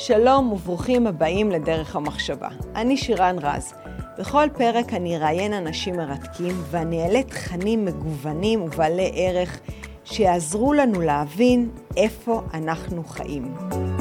שלום וברוכים הבאים לדרך המחשבה. אני שירן רז. בכל פרק אני אראיין אנשים מרתקים ואני אעלה תכנים מגוונים ובעלי ערך שיעזרו לנו להבין איפה אנחנו חיים.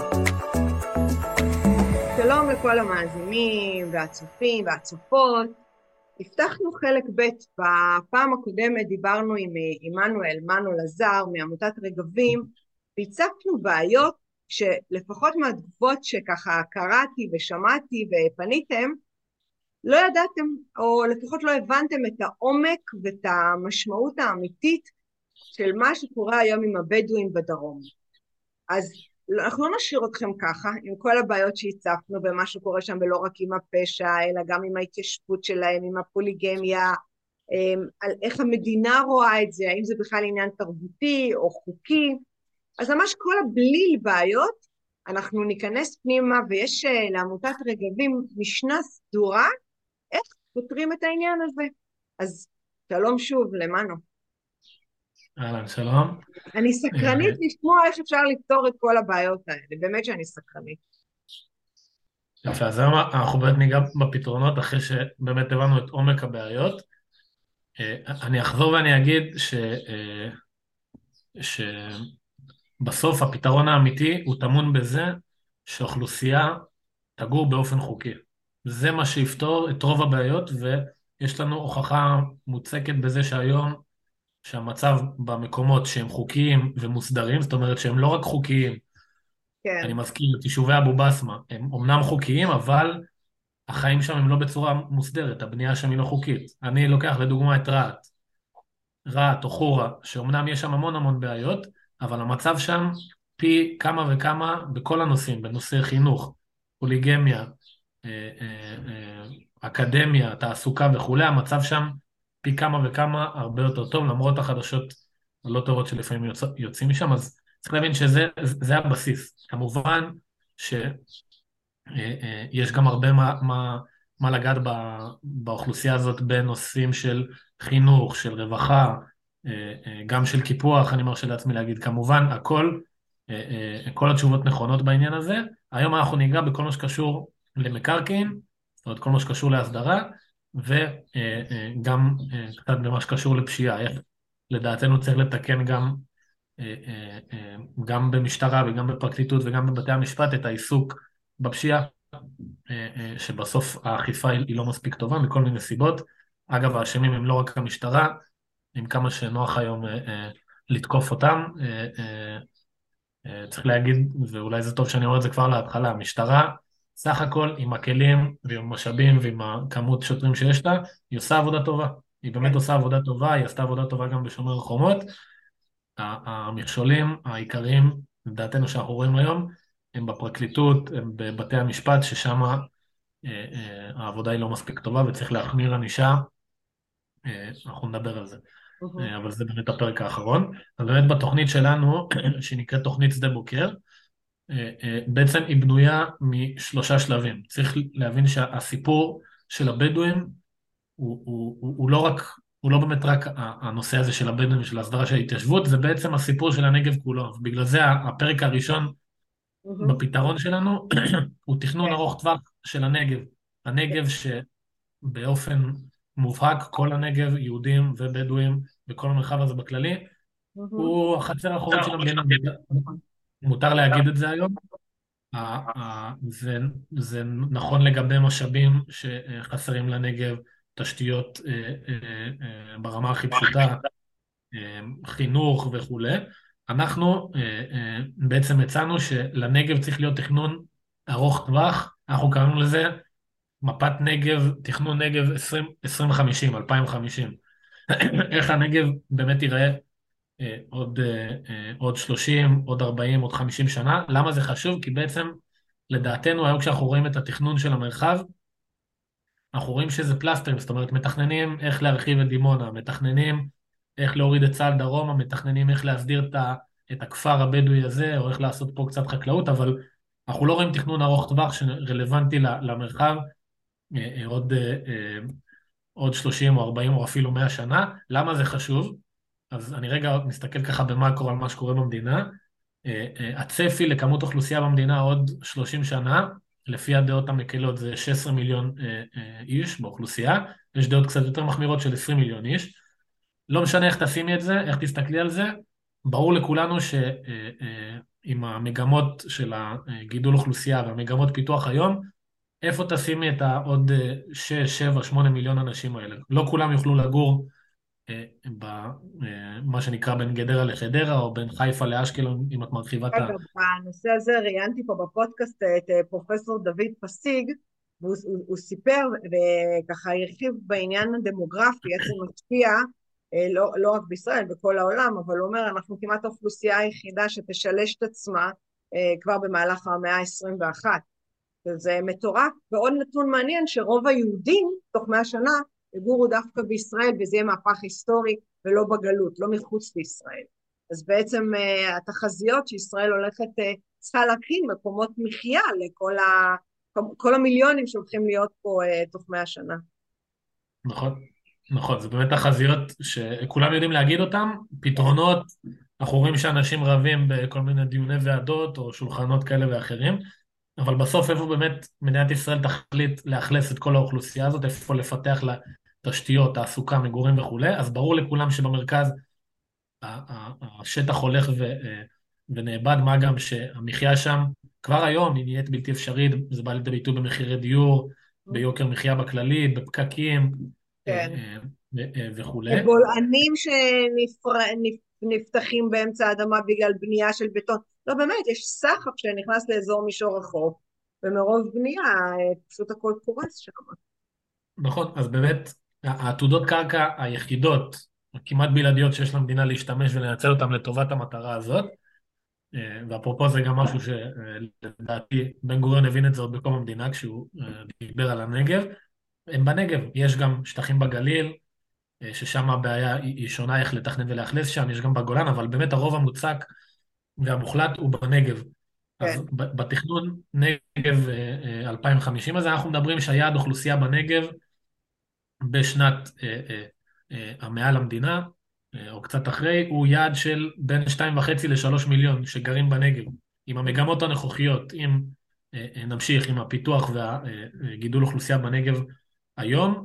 שלום לכל המאזינים והצופים והצופות. הבטחנו חלק ב' בפעם הקודמת דיברנו עם עמנואל מנו לזר מעמותת רגבים והצפנו בעיות שלפחות מהתגובות שככה קראתי ושמעתי ופניתם לא ידעתם או לפחות לא הבנתם את העומק ואת המשמעות האמיתית של מה שקורה היום עם הבדואים בדרום. אז אנחנו לא נשאיר אתכם ככה עם כל הבעיות שהצפנו ומה שקורה שם ולא רק עם הפשע אלא גם עם ההתיישבות שלהם, עם הפוליגמיה, על איך המדינה רואה את זה, האם זה בכלל עניין תרבותי או חוקי. אז ממש כל הבליל בעיות אנחנו ניכנס פנימה ויש לעמותת רגבים משנה סדורה איך פותרים את העניין הזה. אז שלום שוב למנו. אהלן, שלום. אני סקרנית לשמוע איך אפשר לפתור את כל הבעיות האלה, באמת שאני סקרנית. יפה, אז היום אנחנו באמת ניגע בפתרונות אחרי שבאמת הבנו את עומק הבעיות. אני אחזור ואני אגיד שבסוף הפתרון האמיתי הוא טמון בזה שאוכלוסייה תגור באופן חוקי. זה מה שיפתור את רוב הבעיות, ויש לנו הוכחה מוצקת בזה שהיום שהמצב במקומות שהם חוקיים ומוסדרים, זאת אומרת שהם לא רק חוקיים, כן, אני מזכיר את יישובי אבו בסמה, הם אומנם חוקיים, אבל החיים שם הם לא בצורה מוסדרת, הבנייה שם היא לא חוקית. אני לוקח לדוגמה את רהט או חורה, שאומנם יש שם המון המון בעיות, אבל המצב שם פי כמה וכמה בכל הנושאים, בנושא חינוך, פוליגמיה, אקדמיה, תעסוקה וכולי, המצב שם פי כמה וכמה הרבה יותר טוב, למרות החדשות הלא טובות שלפעמים יוצאים משם, אז צריך להבין שזה הבסיס. כמובן שיש גם הרבה מה לגעת באוכלוסייה הזאת בנושאים של חינוך, של רווחה, גם של קיפוח, אני מרשה לעצמי להגיד, כמובן, כל התשובות נכונות בעניין הזה. היום אנחנו ניגע בכל מה שקשור למקרקעין, זאת אומרת, כל מה שקשור להסדרה, וגם קצת במה שקשור לפשיעה, איך לדעתנו צריך לתקן גם במשטרה וגם בפרקליטות וגם בבתי המשפט את העיסוק בפשיעה, שבסוף האכיפה היא לא מספיק טובה מכל מיני סיבות. אגב, האשמים הם לא רק המשטרה, עם כמה שנוח היום לתקוף אותם. צריך להגיד, ואולי זה טוב שאני אומר את זה כבר להתחלה, המשטרה, סך הכל עם הכלים ועם המשאבים ועם הכמות שוטרים שיש לה, היא עושה עבודה טובה. היא באמת עושה עבודה טובה, היא עשתה עבודה טובה גם בשומר החומות. המכשולים העיקריים, לדעתנו שאנחנו רואים היום, הם בפרקליטות, הם בבתי המשפט, ששם העבודה היא לא מספיק טובה וצריך להחמיר ענישה. אנחנו נדבר על זה. אבל זה באמת הפרק האחרון. אז באמת בתוכנית שלנו, שנקראת תוכנית שדה בוקר, בעצם היא בנויה משלושה שלבים. צריך להבין שהסיפור של הבדואים הוא לא רק, הוא לא באמת רק הנושא הזה של הבדואים, של הסדרה של ההתיישבות, זה בעצם הסיפור של הנגב כולו. בגלל זה הפרק הראשון בפתרון שלנו הוא תכנון ארוך טווח של הנגב. הנגב שבאופן מובהק, כל הנגב, יהודים ובדואים, בכל המרחב הזה בכללי, הוא החצר האחורית של המדינה. מותר להגיד את זה היום. זה נכון לגבי משאבים שחסרים לנגב, תשתיות ברמה הכי פשוטה, חינוך וכולי. אנחנו בעצם הצענו שלנגב צריך להיות תכנון ארוך טווח, אנחנו קראנו לזה מפת נגב, תכנון נגב 2050, 2050. איך הנגב באמת ייראה עוד 30, עוד 40, עוד 50 שנה. למה זה חשוב? כי בעצם לדעתנו היום כשאנחנו רואים את התכנון של המרחב, אנחנו רואים שזה פלסטרים, זאת אומרת מתכננים איך להרחיב את דימונה, מתכננים איך להוריד את צה"ל דרומה, מתכננים איך להסדיר את הכפר הבדואי הזה, או איך לעשות פה קצת חקלאות, אבל אנחנו לא רואים תכנון ארוך טווח שרלוונטי למרחב עוד 30 או 40 או אפילו 100 שנה. למה זה חשוב? אז אני רגע מסתכל ככה במאקרו על מה שקורה במדינה. הצפי לכמות אוכלוסייה במדינה עוד 30 שנה, לפי הדעות המקלות זה 16 מיליון איש באוכלוסייה, יש דעות קצת יותר מחמירות של 20 מיליון איש. לא משנה איך תשימי את זה, איך תסתכלי על זה, ברור לכולנו שעם המגמות של הגידול אוכלוסייה והמגמות פיתוח היום, איפה תשימי את העוד 6, 7, 8 מיליון אנשים האלה? לא כולם יוכלו לגור במה שנקרא בין גדרה לחדרה, או בין חיפה לאשקלון, אם את מרחיבה את אגב, בנושא הזה ראיינתי פה בפודקאסט את פרופסור דוד פסיג, והוא סיפר וככה הרחיב בעניין הדמוגרפי, איך זה משפיע, לא רק בישראל, בכל העולם, אבל הוא אומר, אנחנו כמעט האוכלוסייה היחידה שתשלש את עצמה כבר במהלך המאה ה-21. וזה מטורף, ועוד נתון מעניין שרוב היהודים תוך 100 שנה יגורו דווקא בישראל, וזה יהיה מהפך היסטורי ולא בגלות, לא מחוץ לישראל. אז בעצם התחזיות שישראל הולכת, צריכה להכין מקומות מחיה לכל כל המיליונים שהולכים להיות פה תוך 100 שנה. נכון, נכון, זה באמת תחזיות שכולם יודעים להגיד אותן, פתרונות, אנחנו רואים שאנשים רבים בכל מיני דיוני ועדות או שולחנות כאלה ואחרים, אבל בסוף איפה באמת מדינת ישראל תחליט לאכלס את כל האוכלוסייה הזאת, איפה לפתח לה תשתיות, תעסוקה, מגורים וכולי, אז ברור לכולם שבמרכז השטח הולך ונאבד, מה גם שהמחיה שם כבר היום היא נהיית בלתי אפשרית, זה בא לידי ביטוי במחירי דיור, ביוקר מחיה בכללי, בפקקים כן. וכולי. בולענים שנפתחים באמצע האדמה בגלל בנייה של בטון. לא באמת, יש סחף שנכנס לאזור מישור החוף, ומרוב בנייה פשוט הכל קורס שם. נכון, אז באמת העתודות קרקע היחידות, כמעט בלעדיות שיש למדינה להשתמש ולנצל אותם לטובת המטרה הזאת, ואפרופו זה גם משהו שלדעתי בן גוריון הבין את זה עוד בקום המדינה כשהוא דיבר על הנגב, הם בנגב, יש גם שטחים בגליל, ששם הבעיה היא שונה איך לתכנן ולאכלס שם, יש גם בגולן, אבל באמת הרוב המוצק והמוחלט הוא בנגב. כן. אז בתכנון נגב 2050 הזה אנחנו מדברים שהיעד אוכלוסייה בנגב בשנת המאה למדינה, או קצת אחרי, הוא יעד של בין 2.5 ל-3 מיליון שגרים בנגב. עם המגמות הנוכחיות, אם נמשיך עם הפיתוח והגידול אוכלוסייה בנגב היום,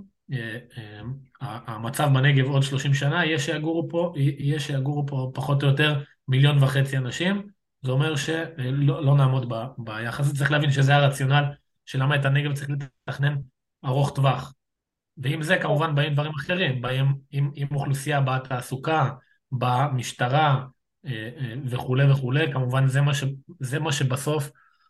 המצב בנגב עוד 30 שנה, יהיה שיגורו פה פחות או יותר 1.5 מיליון אנשים, זה אומר שלא נעמוד ביחס הזה. צריך להבין שזה הרציונל של למה את הנגב צריך לתכנן ארוך טווח. ועם זה כמובן באים דברים אחרים, באים עם אוכלוסייה בתעסוקה, במשטרה וכולי וכולי, כמובן זה מה שבסוף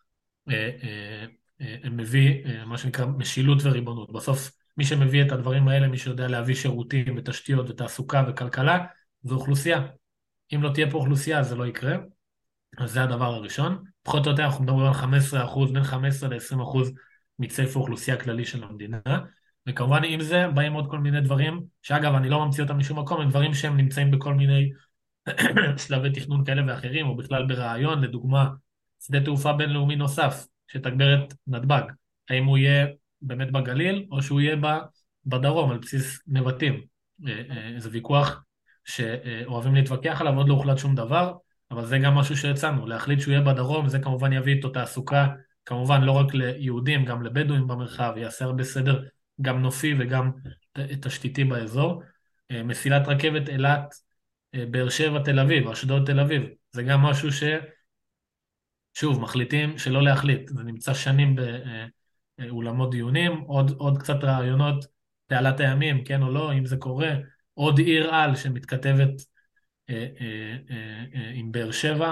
מביא מה שנקרא משילות וריבונות. בסוף מי שמביא את הדברים האלה, מי שיודע להביא שירותים ותשתיות ותעסוקה וכלכלה, זו אוכלוסייה. אם לא תהיה פה אוכלוסייה זה לא יקרה, אז זה הדבר הראשון. פחות או יותר אנחנו מדברים על 15%, בין 15 ל-20% מצפי אוכלוסייה כללי של המדינה. וכמובן עם זה באים עוד כל מיני דברים, שאגב אני לא ממציא אותם משום מקום, הם דברים שהם נמצאים בכל מיני שלבי תכנון כאלה ואחרים, או בכלל ברעיון, לדוגמה, שדה תעופה בינלאומי נוסף, שתגבר את נתב"ג. האם הוא יהיה באמת בגליל, או שהוא יהיה בדרום, על בסיס נבטים. זה ויכוח שאוהבים להתווכח עליו, עוד לא הוחלט שום דבר, אבל זה גם משהו שהצענו, להחליט שהוא יהיה בדרום, זה כמובן יביא איתו תעסוקה, כמובן לא רק ליהודים, גם לבדואים במרחב, יעשה הרבה סדר גם נופי וגם תשתיתי באזור. מסילת רכבת אילת, באר שבע תל אביב, אשדוד תל אביב, זה גם משהו שוב, מחליטים שלא להחליט, זה נמצא שנים באולמות דיונים, עוד קצת רעיונות, תעלת הימים, כן או לא, אם זה קורה, עוד עיר על שמתכתבת עם באר שבע,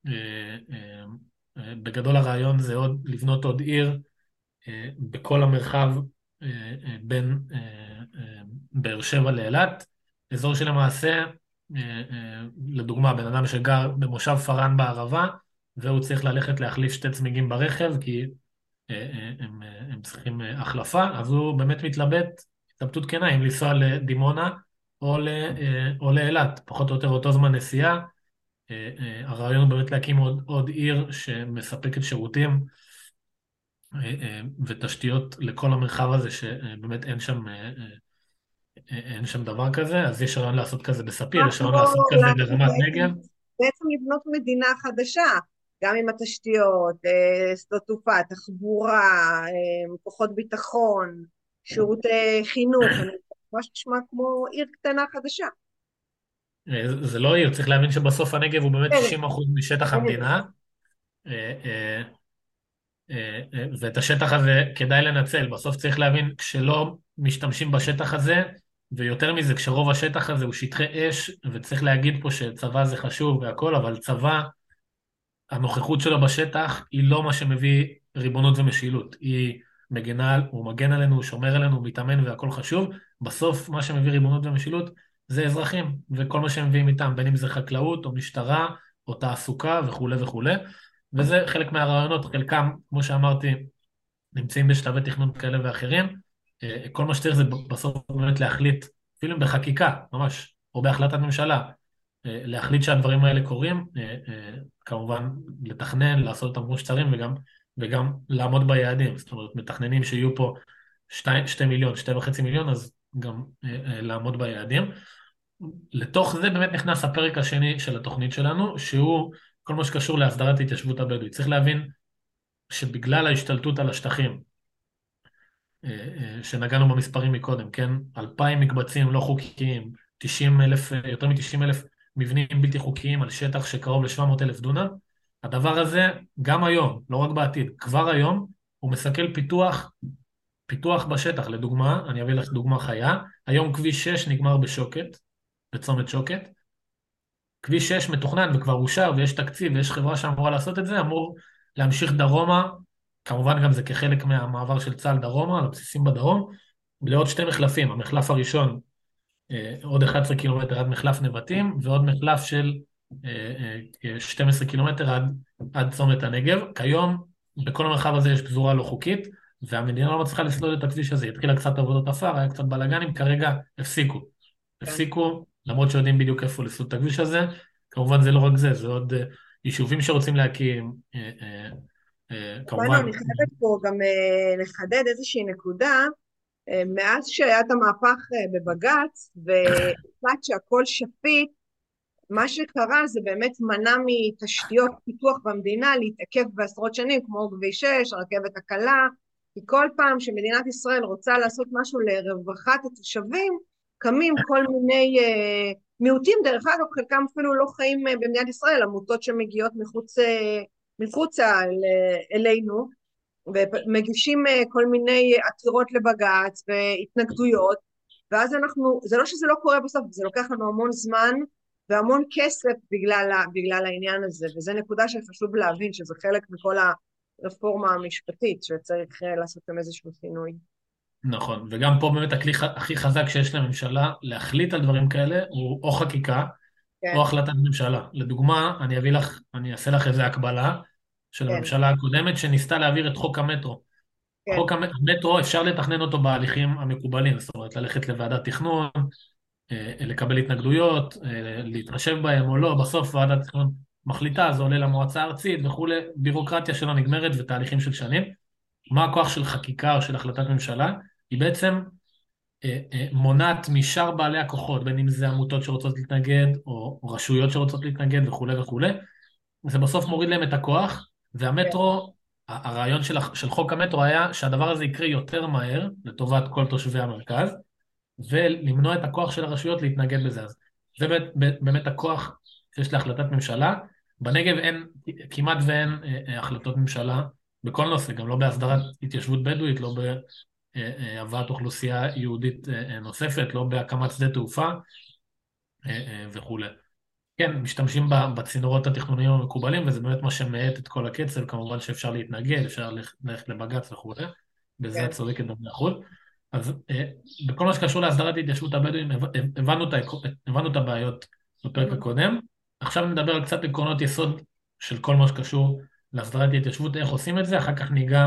בגדול הרעיון זה לבנות עוד עיר בכל המרחב בין באר שבע לאילת, אזור שלמעשה, לדוגמה, בן אדם שגר במושב פרן בערבה, והוא צריך ללכת להחליף 2 צמיגים ברכב, כי הם צריכים החלפה, אז הוא באמת מתלבט, התלבטות כנה, אם לנסוע לדימונה או לאילת, פחות או יותר אותו זמן נסיעה. הרעיון באמת להקים עוד עיר שמספקת שירותים ותשתיות לכל המרחב הזה, שבאמת אין שם דבר כזה, אז יש רעיון לעשות כזה בספיר, יש רעיון לעשות כזה ברמת נגב. בעצם לבנות מדינה חדשה, גם עם התשתיות, שדות תעופה, תחבורה, כוחות ביטחון, שירותי חינוך, אני ממש נשמע כמו עיר קטנה חדשה. זה לא עיר, צריך להבין שבסוף הנגב הוא באמת ערך, 60% משטח ערך. המדינה, ואת השטח הזה כדאי לנצל. בסוף צריך להבין, כשלא משתמשים בשטח הזה, ויותר מזה, כשרוב השטח הזה הוא שטחי אש, וצריך להגיד פה שצבא זה חשוב והכל, אבל צבא, הנוכחות שלו בשטח היא לא מה שמביא ריבונות ומשילות. הוא מגן עלינו, הוא שומר עלינו, הוא מתאמן והכל חשוב. בסוף מה שמביא ריבונות ומשילות זה אזרחים, וכל מה שהם מביאים איתם, בין אם זה חקלאות או משטרה או תעסוקה וכו' וכו'. וזה חלק מהרעיונות, חלקם, כמו שאמרתי, נמצאים בשלבי תכנון כאלה ואחרים. כל מה שצריך זה בסוף באמת להחליט, אפילו בחקיקה, ממש, או בהחלטת ממשלה, להחליט שהדברים האלה קורים, כמובן לתכנן, לעשות אותם כמו שצריך, וגם לעמוד ביעדים. זאת אומרת, מתכננים שיהיו פה 2 מיליון, 2.5 מיליון, אז גם לעמוד ביעדים. לתוך זה באמת נכנס הפרק השני של התוכנית שלנו, שהוא כל מה שקשור להסדרת התיישבות הבדואית. צריך להבין שבגלל ההשתלטות על השטחים, שנגענו במספרים מקודם, כן? 2,000 מקבצים לא חוקיים, 90,000, יותר מ-90,000 מבנים בלתי חוקיים על שטח שקרוב ל-700,000 דונם, הדבר הזה גם היום, לא רק בעתיד, כבר היום, הוא מסכל פיתוח בשטח. לדוגמה, אני אביא לך דוגמה חיה, היום כביש 6 נגמר בשוקת, בצומת שוקת, כביש 6 מתוכנן וכבר אושר ויש תקציב ויש חברה שאמורה לעשות את זה, אמור להמשיך דרומה, כמובן גם זה כחלק מהמעבר של צה"ל דרומה, לבסיסים בדרום, לעוד 2 מחלפים. המחלף הראשון, עוד 11 קילומטר עד מחלף נבטים, ועוד מחלף של 12 קילומטר עד צומת הנגב. כיום בכל המרחב הזה יש פזורה לא חוקית, והמדינה לא מצליחה לסלול את הכביש הזה. התחילה קצת עבודות עפר, היה קצת בלגנים, כרגע הפסיקו, למרות שיודעים בדיוק איפה לסלול את הכביש הזה. כמובן זה לא רק זה, זה עוד יישובים שרוצים להקים, בנו, כמובן. אני חייבת פה גם לחדד איזושהי נקודה. מאז שהיה את המהפך בבג"ץ, והוחלט שהכל שפיט, מה שקרה זה באמת מנע מתשתיות פיתוח במדינה להתעכב בעשרות שנים, כמו כביש 6, הרכבת הקלה, כי כל פעם שמדינת ישראל רוצה לעשות משהו לרווחת התושבים, קמים כל מיני מיעוטים, דרך אגב, חלקם אפילו לא חיים במדינת ישראל, עמותות שמגיעות מחוצה אלינו, ומגישים כל מיני עתירות לבג"ץ והתנגדויות, ואז זה לא שזה לא קורה בסוף, זה לוקח לנו המון זמן והמון כסף בגלל העניין הזה, וזה נקודה שחשוב להבין, שזה חלק מכל הרפורמה המשפטית, שצריך לעשות עם איזשהו שינוי. נכון, וגם פה באמת הכלי הכי חזק שיש לממשלה להחליט על דברים כאלה הוא או חקיקה או כן, החלטת ממשלה. לדוגמה, אני אעשה לך איזה הקבלה של כן, הממשלה הקודמת שניסתה להעביר את חוק המטרו. כן, המטרו אפשר לתכנן אותו בהליכים המקובלים, זאת אומרת ללכת לוועדת תכנון, לקבל התנגדויות, להתחשב בהם או לא, בסוף ועדת תכנון מחליטה, זה עולה למועצה הארצית וכולי, בירוקרטיה שלא נגמרת ותהליכים של שנים. מה הכוח של חקיקה או של החלטת ממשלה? היא בעצם מונעת משאר בעלי הכוחות, בין אם זה עמותות שרוצות להתנגד, או רשויות שרוצות להתנגד וכולי וכולי, זה בסוף מוריד להם את הכוח, כן, והמטרו, הרעיון של חוק המטרו היה שהדבר הזה יקרה יותר מהר, לטובת כל תושבי המרכז, ולמנוע את הכוח של הרשויות להתנגד בזה. אז זה באמת הכוח שיש להחלטת ממשלה. בנגב כמעט ואין החלטות ממשלה בכל נושא, גם לא בהסדרת התיישבות בדואית, לא בהבאת אוכלוסייה יהודית נוספת, לא בהקמת שדה תעופה וכולי. כן, משתמשים בצינורות התכנוניים המקובלים, וזה באמת מה שמאט את כל הקצב. כמובן שאפשר להתנגד, אפשר ללכת לבג"ץ וכולי, בזה את כן. צודקת ב100%. אז בכל מה שקשור להסדרת התיישבות הבדואים, הבנו את הבעיות בפרק הקודם. עכשיו נדבר על קצת עקרונות יסוד של כל מה שקשור להסדרת התיישבות, איך עושים את זה, אחר כך ניגע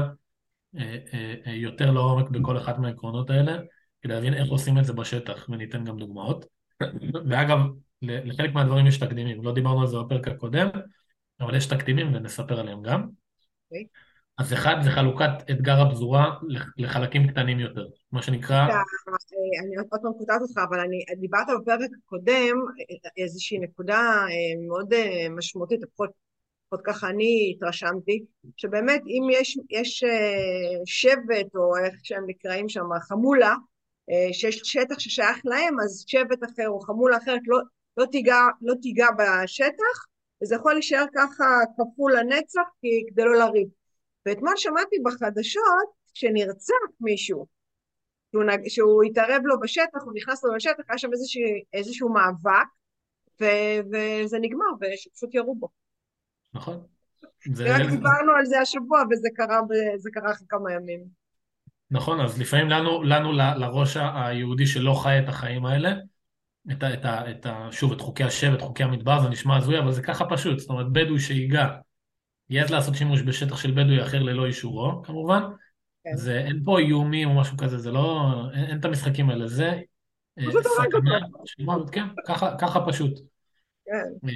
יותר לעומק בכל אחת מהעקרונות האלה, כדי להבין איך עושים את זה בשטח, וניתן גם דוגמאות. ואגב, לחלק מהדברים יש תקדימים, לא דיברנו על זה בפרק הקודם, אבל יש תקדימים ונספר עליהם גם. אוקיי. אז אחד זה חלוקת אתגר הפזורה לחלקים קטנים יותר, מה שנקרא. אני עוד פעם קוטעת אותך, אבל דיברת בפרק הקודם איזושהי נקודה מאוד משמעותית, לפחות ככה אני התרשמתי, שבאמת אם יש שבט, או איך שהם נקראים שם, חמולה, שיש שטח ששייך להם, אז שבט אחר או חמולה אחרת לא תיגע בשטח, וזה יכול להישאר ככה כפול לנצח כדי לא לריב. ואתמול שמעתי בחדשות שנרצח מישהו, שהוא התערב לו בשטח, הוא נכנס לו בשטח, היה שם איזשהו מאבק, וזה נגמר, ופשוט ירו בו. נכון. רק דיברנו על זה השבוע, וזה קרה אחרי כמה ימים. נכון, אז לפעמים לנו לראש היהודי שלא חי את החיים האלה, שוב, את חוקי השבט, חוקי המדבר, זה נשמע הזוי, אבל זה ככה פשוט. זאת אומרת, בדואי שיגע, יעז לעשות שימוש בשטח של בדואי אחר ללא אישורו, כמובן. כן. אין פה איומים או משהו כזה, זה לא, אין את המשחקים האלה, זה פשוט הורג סכנה אותו. של מוות, כן, ככה פשוט. כן.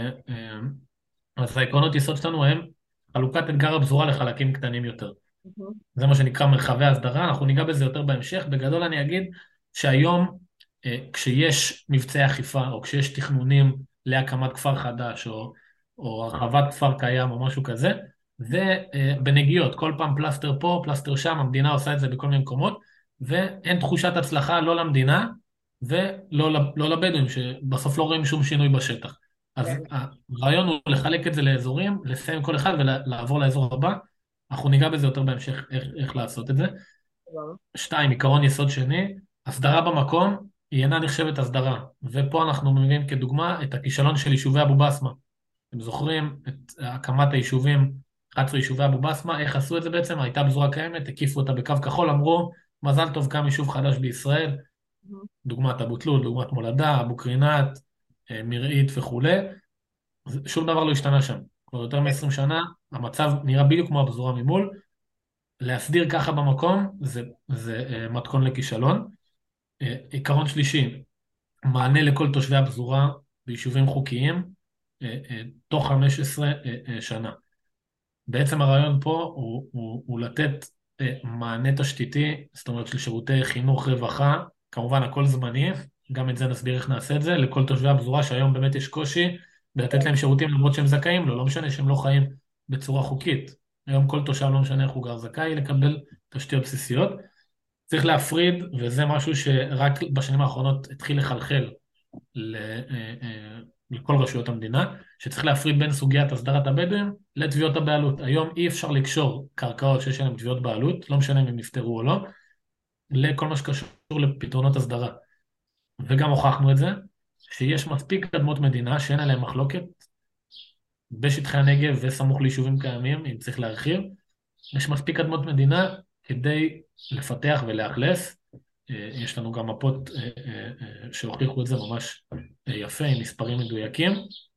אז העקרונות יסוד שלנו הם חלוקת אתגר הפזורה לחלקים קטנים יותר. Mhm. זה מה שנקרא מרחבי הסדרה, אנחנו ניגע בזה יותר בהמשך. בגדול אני אגיד שהיום כשיש מבצעי אכיפה או כשיש תכנונים להקמת כפר חדש או הרחבת כפר קיים או משהו כזה, זה בנגיעות, כל פעם פלסטר פה, פלסטר שם, המדינה עושה את זה בכל מיני מקומות, ואין תחושת הצלחה לא למדינה ולא לבדואים, שבסוף לא רואים שום שינוי בשטח. אז כן. הרעיון הוא לחלק את זה לאזורים, לסיים כל אחד ולעבור לאזור הבא. אנחנו ניגע בזה יותר בהמשך, איך לעשות את זה. סבבה. שתיים, עיקרון יסוד שני, הסדרה במקום היא אינה נחשבת הסדרה. ופה אנחנו מביאים כדוגמה את הכישלון של יישובי אבו בסמה. אתם זוכרים את הקמת היישובים, 11 יישובי אבו בסמה, איך עשו את זה בעצם? הייתה פזורה קיימת, הקיפו אותה בקו כחול, אמרו, מזל טוב, קם יישוב חדש בישראל, Mhm. דוגמת אבו תלול, דוגמת מולדה, אבו קרינת, מרעית וכולי. שום דבר לא השתנה שם. כבר יותר כן. מ-20 שנה, המצב נראה בדיוק כמו הפזורה ממול. להסדיר ככה במקום זה מתכון לכישלון. עיקרון שלישי, מענה לכל תושבי הפזורה ביישובים חוקיים תוך 15 שנה. בעצם הרעיון פה הוא לתת מענה תשתיתי, זאת אומרת של שירותי חינוך רווחה, כמובן הכל זמני, גם את זה נסביר איך נעשה את זה, לכל תושבי הפזורה שהיום באמת יש קושי ולתת להם שירותים למרות שהם זכאים לו, לא משנה שהם לא חיים בצורה חוקית. היום כל תושב, לא משנה איך הוא גר, זכאי לקבל תשתיות בסיסיות. צריך להפריד, וזה משהו שרק בשנים האחרונות התחיל לחלחל לכל רשויות המדינה, שצריך להפריד בין סוגיית הסדרת הבדואים לתביעות הבעלות. היום אי אפשר לקשור קרקעות שיש להן תביעות בעלות, לא משנה אם הם נפטרו או לא, לכל מה שקשור לפתרונות הסדרה. וגם הוכחנו את זה, שיש מספיק אדמות מדינה שאין עליהן מחלוקת, בשטחי הנגב וסמוך ליישובים קיימים, אם צריך להרחיב, יש מספיק אדמות מדינה כדי לפתח ולאכלס. יש לנו גם מפות שהוכיחו את זה ממש יפה, עם מספרים מדויקים.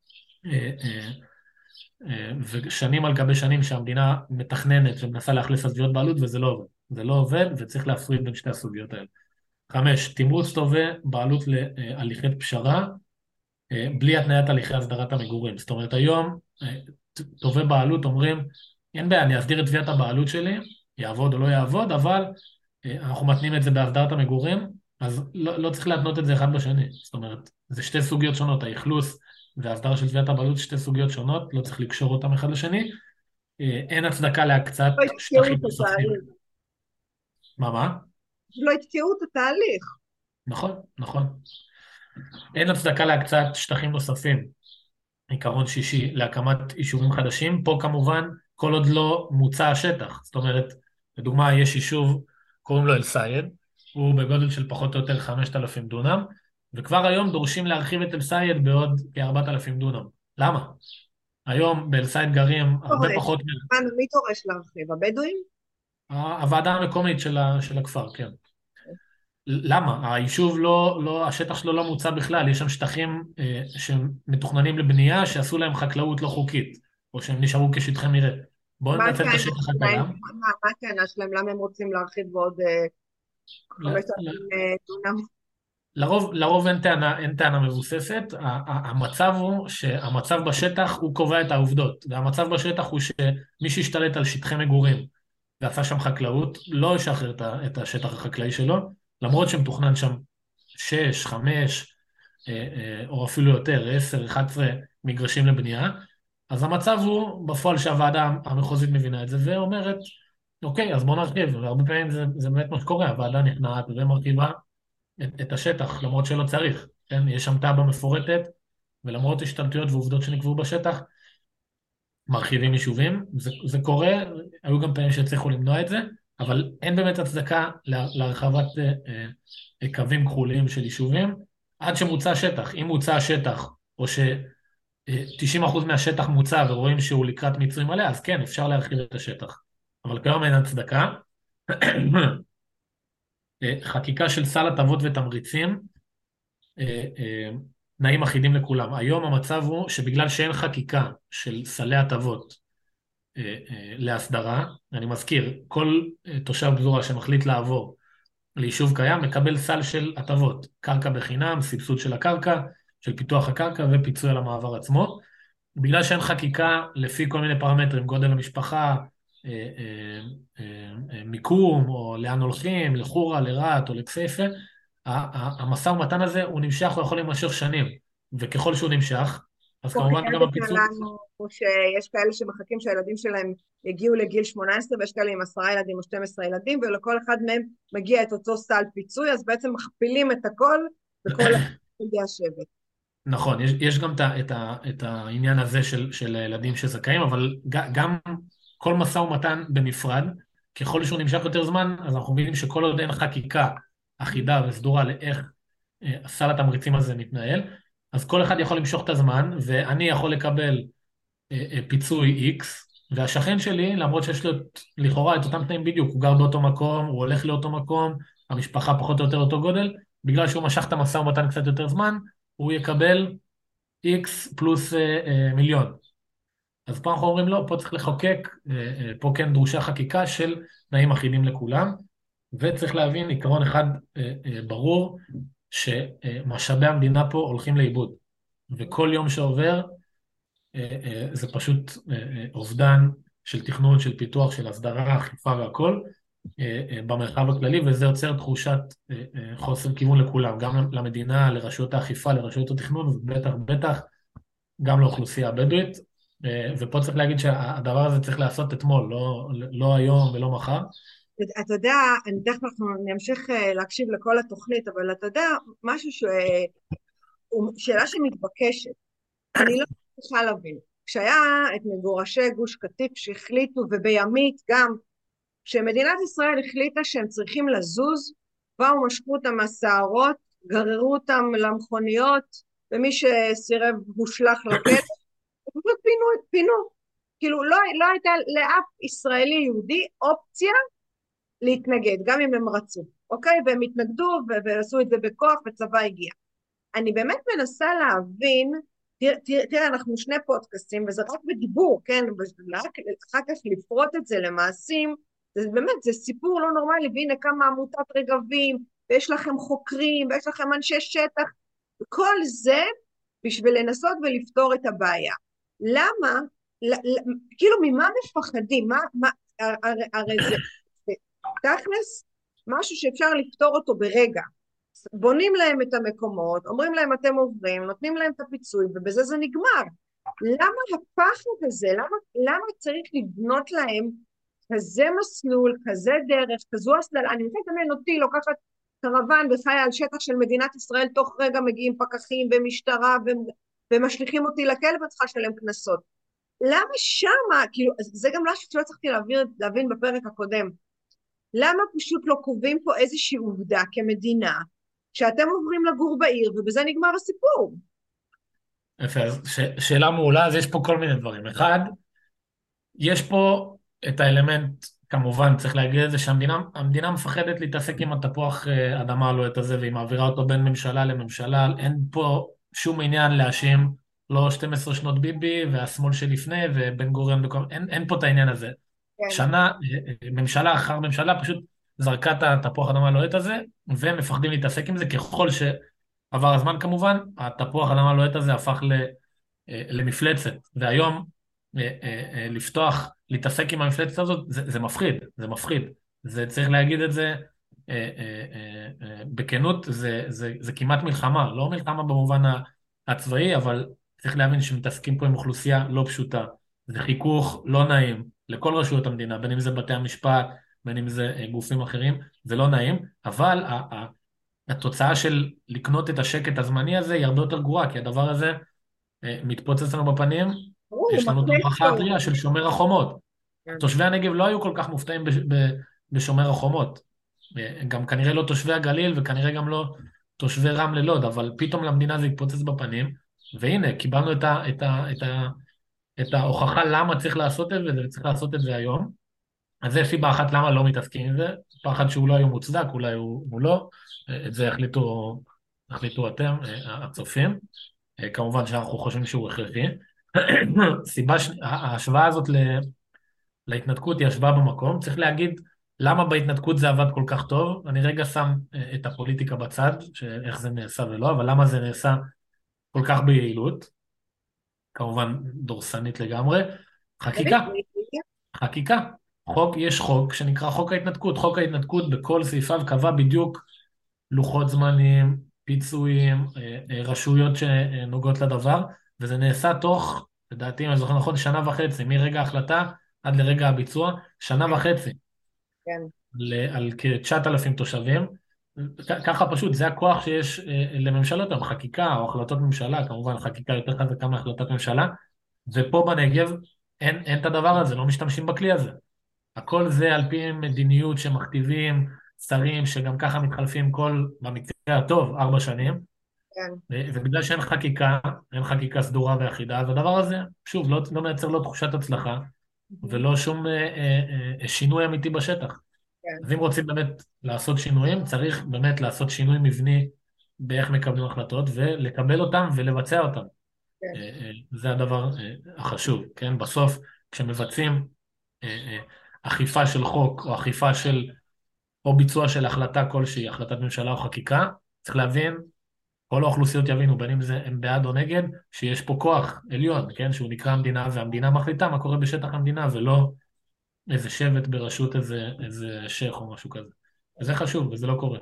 ושנים על גבי שנים שהמדינה מתכננת ומנסה לאכלס על תביעות בעלות, וזה לא עובד. זה לא עובד, וצריך להפריד בין שתי הסוגיות האלה. 5, תמרוץ תובע בעלות להליכי פשרה, בלי התניית הליכי הסדרת המגורים. זאת אומרת, היום תובע בעלות אומרים, אין בעיה, אני אסדיר את תביעת הבעלות שלי, יעבוד או לא יעבוד, אבל אנחנו מתנים את זה בהסדרת המגורים, אז לא צריך להתנות את זה אחד בשני. זאת אומרת, זה שתי סוגיות שונות, האכלוס וההסדרה של תביעת הבעלות, שתי סוגיות שונות, לא צריך לקשור אותם אחד לשני. אין הצדקה להקצת לא יתקעו שטחים את נוספים. התהליך. מה? לא יתקעו את התהליך. נכון, נכון. אין הצדקה להקצת שטחים נוספים. עיקרון שישי, להקמת יישובים חדשים. פה כמובן, כל עוד לא מוצע השטח. זאת אומרת, לדוגמה, יש יישוב, קוראים לו אל-סייד, הוא בגודל של פחות או יותר 5,000 דונם, וכבר היום דורשים להרחיב את אל-סייד בעוד כ-4,000 דונם. למה? היום באל-סייד גרים הרבה פחות... מי דורש להרחיב? הבדואים? הוועדה המקומית של הכפר, כן. למה? היישוב השטח שלו לא מוצע בכלל, יש שם שטחים שמתוכננים לבנייה שעשו להם חקלאות לא חוקית, או שהם נשארו כשטחי מרעה. בואו ננצל את השטח הקיים. מה הטענה שלהם? למה הם רוצים להרחיב בעוד 5,000 דונם? לרוב אין טענה מבוססת, המצב הוא שהמצב בשטח הוא קובע את העובדות, והמצב בשטח הוא שמי שהשתלט על שטחי מגורים ועשה שם חקלאות, לא ישחרר את השטח החקלאי שלו, למרות שמתוכנן שם 6, 5, או אפילו יותר, 10, 11 מגרשים לבנייה, אז המצב הוא בפועל שהוועדה המחוזית מבינה את זה ואומרת, אוקיי, אז בוא נרחיב, והרבה פעמים זה באמת מה שקורה, הוועדה נכנעת ומרחיבה את השטח, למרות שלא צריך, כן? יש שם תב"ע מפורטת, ולמרות השתלטויות ועובדות שנקבעו בשטח, מרחיבים יישובים, זה קורה, היו גם פעמים שהצליחו למנוע את זה, אבל אין באמת הצדקה להרחבת קווים כחוליים של יישובים, עד שמוצע שטח. אם מוצע השטח, או ש-90% מהשטח מוצע ורואים שהוא לקראת מיצוי מלא, אז כן, אפשר להרחיב את השטח. אבל כיום אין הצדקה. חקיקה של סל הטבות ותמריצים, תנאים אחידים לכולם. היום המצב הוא שבגלל שאין חקיקה של סלי הטבות להסדרה, אני מזכיר, כל תושב פזורה שמחליט לעבור ליישוב קיים מקבל סל של הטבות, קרקע בחינם, סבסוד של הקרקע, של פיתוח הקרקע ופיצוי על המעבר עצמו. בגלל שאין חקיקה לפי כל מיני פרמטרים, גודל המשפחה, מיקום, או לאן הולכים, לחורה, לרהט או לכסייפה, המשא ומתן הזה הוא נמשך, הוא יכול להימשך שנים, וככל שהוא נמשך, אז כמו כמובן גם כאלה הפיצוי... שלנו, שיש כאלה שמחכים שהילדים שלהם יגיעו לגיל 18, ויש כאלה עם 10 ילדים או 12 ילדים, ולכל אחד מהם מגיע את אותו סל פיצוי, אז בעצם מכפילים את הכל בכל ילדי השבט. נכון, יש גם את העניין הזה של הילדים שזכאים, אבל גם כל משא ומתן בנפרד, ככל שהוא נמשך יותר זמן, אז אנחנו מבינים שכל עוד אין חקיקה אחידה וסדורה לאיך סל התמריצים הזה מתנהל, אז כל אחד יכול למשוך את הזמן, ואני יכול לקבל פיצוי X, והשכן שלי, למרות שיש לו לכאורה את אותם תנאים בדיוק, הוא גר באותו מקום, הוא הולך לאותו מקום, המשפחה פחות או יותר אותו גודל, בגלל שהוא משך את המשא ומתן קצת יותר זמן, הוא יקבל X פלוס מיליון. אז פה אנחנו אומרים לא, פה צריך לחוקק, פה כן דרושה חקיקה של תנאים אחידים לכולם, וצריך להבין עיקרון אחד ברור, שמשאבי המדינה פה הולכים לאיבוד, וכל יום שעובר זה פשוט אובדן של תכנון, של פיתוח, של הסדרה, אכיפה והכל במרחב הכללי, וזה יוצר תחושת חוסר כיוון לכולם, גם למדינה, לרשויות האכיפה, לרשויות התכנון, ובטח בטח גם לאוכלוסייה הבדואית, ופה צריך להגיד שהדבר הזה צריך לעשות אתמול, לא היום ולא מחר. אתה יודע, אני תכף אנחנו נמשיך להקשיב לכל התוכנית, אבל אתה יודע, משהו שאלה שמתבקשת, אני לא צריכה להבין. כשהיה את מגורשי גוש קטיף שהחליטו, ובימית גם, שמדינת ישראל החליטה שהם צריכים לזוז, באו משכו אותם מהסערות, גררו אותם למכוניות, ומי שסירב הושלך לכלא, ופשוט פינו. כאילו לא הייתה לאף ישראלי יהודי אופציה להתנגד, גם אם הם רצו, אוקיי? והם התנגדו ועשו את זה בכוח וצבא הגיע. אני באמת מנסה להבין, תראה, אנחנו שני פודקאסטים, וזה רק בדיבור, כן? אחר כך לפרוט את זה למעשים, זה באמת, זה סיפור לא נורמלי, והנה כמה עמותת רגבים, ויש לכם חוקרים, ויש לכם אנשי שטח, כל זה בשביל לנסות ולפתור את הבעיה. למה? כאילו, ממה מפחדים? הרי זה תכלס משהו שאפשר לפתור אותו ברגע. בונים להם את המקומות, אומרים להם אתם עוברים, נותנים להם את הפיצוי, ובזה זה נגמר. למה הפחד הזה? למה צריך לבנות להם כזה מסלול, כזה דרך, כזו הסללה? אני מתכוונת תמיד אותי, לוקחת קרוון וחיה על שטח של מדינת ישראל, תוך רגע מגיעים פקחים ומשטרה, ומשליכים אותי לכלא וצריכה לשלם קנסות. למה שמה? כאילו, זה גם משהו שלא צריכתי להבין בפרק הקודם. למה פשוט לא קובעים פה איזושהי עובדה כמדינה, שאתם עוברים לגור בעיר, ובזה נגמר הסיפור? יפה, אז שאלה מעולה, אז יש פה כל מיני דברים. אחד, יש פה את האלמנט, כמובן, צריך להגיד את זה, שהמדינה מפחדת להתעסק עם התפוח אדמה הלוהט הזה, והיא מעבירה אותו בין ממשלה לממשלה, אין פה שום עניין להאשים, לא 12 שנות ביבי, והשמאל שלפני, ובן גוריון, אין פה את העניין הזה. כן. שנה, ממשלה אחר ממשלה, פשוט זרקה את התפוח אדמה הלוהט הזה, ומפחדים להתעסק עם זה. ככל שעבר הזמן כמובן, התפוח אדמה הלוהט הזה הפך למפלצת, והיום לפתוח, להתעסק עם המפלצת הזאת, זה מפחיד, זה מפחיד. זה צריך להגיד את זה בכנות, זה כמעט מלחמה, לא מלחמה במובן הצבאי, אבל צריך להבין שמתעסקים פה עם אוכלוסייה לא פשוטה. זה חיכוך לא נעים לכל רשויות המדינה, בין אם זה בתי המשפט, בין אם זה גופים אחרים, זה לא נעים, אבל התוצאה של לקנות את השקט הזמני הזה היא הרבה יותר גרועה, כי הדבר הזה מתפוצץ לנו בפנים. ברור, הוא יש לנו את מכניס ההוכחה פה. הטריה של שומר החומות. כן. תושבי הנגב לא היו כל כך מופתעים בשומר החומות. גם כנראה לא תושבי הגליל, וכנראה גם לא תושבי רמלה לוד, אבל פתאום למדינה זה התפוצץ בפנים, והנה, קיבלנו את ההוכחה למה צריך לעשות את זה, וצריך לעשות את זה היום. אז זה סיבה אחת למה לא מתעסקים עם זה, פחד שהוא לא היום מוצדק, אולי הוא לא, את זה יחליטו אתם, הצופים. כמובן שאנחנו חושבים שהוא הכרחי. ההשוואה הזאת להתנתקות היא השוואה במקום. צריך להגיד למה בהתנתקות זה עבד כל כך טוב. אני רגע שם את הפוליטיקה בצד, איך זה נעשה ולא, אבל למה זה נעשה כל כך ביעילות, כמובן דורסנית לגמרי. חקיקה, חקיקה. יש חוק שנקרא חוק ההתנתקות. חוק ההתנתקות בכל סעיפיו קבע בדיוק לוחות זמנים, פיצויים, רשויות שנוגעות לדבר, וזה נעשה תוך, לדעתי, אם אני זוכר נכון, שנה וחצי, מרגע ההחלטה עד לרגע הביצוע, שנה וחצי, כן. על כ-9,000 תושבים. ככה פשוט, זה הכוח שיש לממשלות, חקיקה או החלטות ממשלה, כמובן חקיקה יותר חזקה מהחלטת ממשלה, ופה בנגב אין את הדבר הזה, לא משתמשים בכלי הזה. הכל זה על פי מדיניות שמכתיבים שרים שגם ככה מתחלפים במקרה הטוב, 4 שנים, כן. ובגלל שאין חקיקה, אין חקיקה סדורה ואחידה, אז הדבר הזה, שוב, לא מייצר לו תחושת הצלחה, ולא שום שינוי אמיתי בשטח. כן. אז אם רוצים באמת לעשות שינויים, צריך באמת לעשות שינוי מבני באיך מקבלים החלטות, ולקבל אותם ולבצע אותם. כן. זה הדבר החשוב, כן? בסוף, כשמבצעים אכיפה של חוק, או אכיפה או ביצוע של החלטה כלשהי, החלטת ממשלה או חקיקה, צריך להבין, כל האוכלוסיות יבינו, בין אם זה הם בעד או נגד, שיש פה כוח עליון, כן? שהוא נקרא המדינה, והמדינה מחליטה מה קורה בשטח המדינה, ולא איזה שבט בראשות איזה שייך או משהו כזה. וזה חשוב, וזה לא קורה.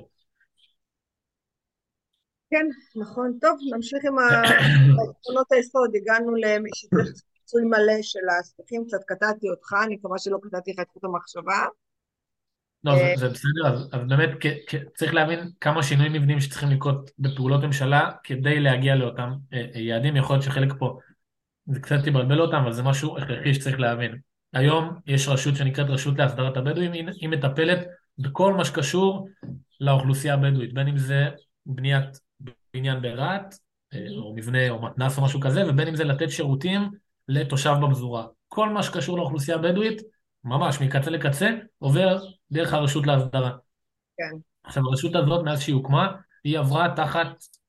כן, נכון. טוב, נמשיך עם עקרונות היסוד. הגענו שצריך פיצוי מלא של השטחים. קצת קטעתי אותך, אני מקווה שלא קטעתי לך את חוט המחשבה. לא, זה בסדר, אז באמת צריך להבין כמה שינויים מבניים שצריכים לקרות בפעולות ממשלה כדי להגיע לאותם יעדים. יכול להיות שחלק פה זה קצת יבלבל אותם, אבל זה משהו הכרחי שצריך להבין. היום יש רשות שנקראת רשות להסדרת הבדואים, היא מטפלת בכל מה שקשור לאוכלוסייה הבדואית, בין אם זה בניית בניין ברהט, או מבנה או מתנ"ס או משהו כזה, ובין אם זה לתת שירותים לתושב בפזורה. כל מה שקשור לאוכלוסייה הבדואית, ממש מקצה לקצה, עובר דרך הרשות להסדרה. כן. עכשיו, הרשות הזאת, מאז שהיא הוקמה, היא עברה תחת,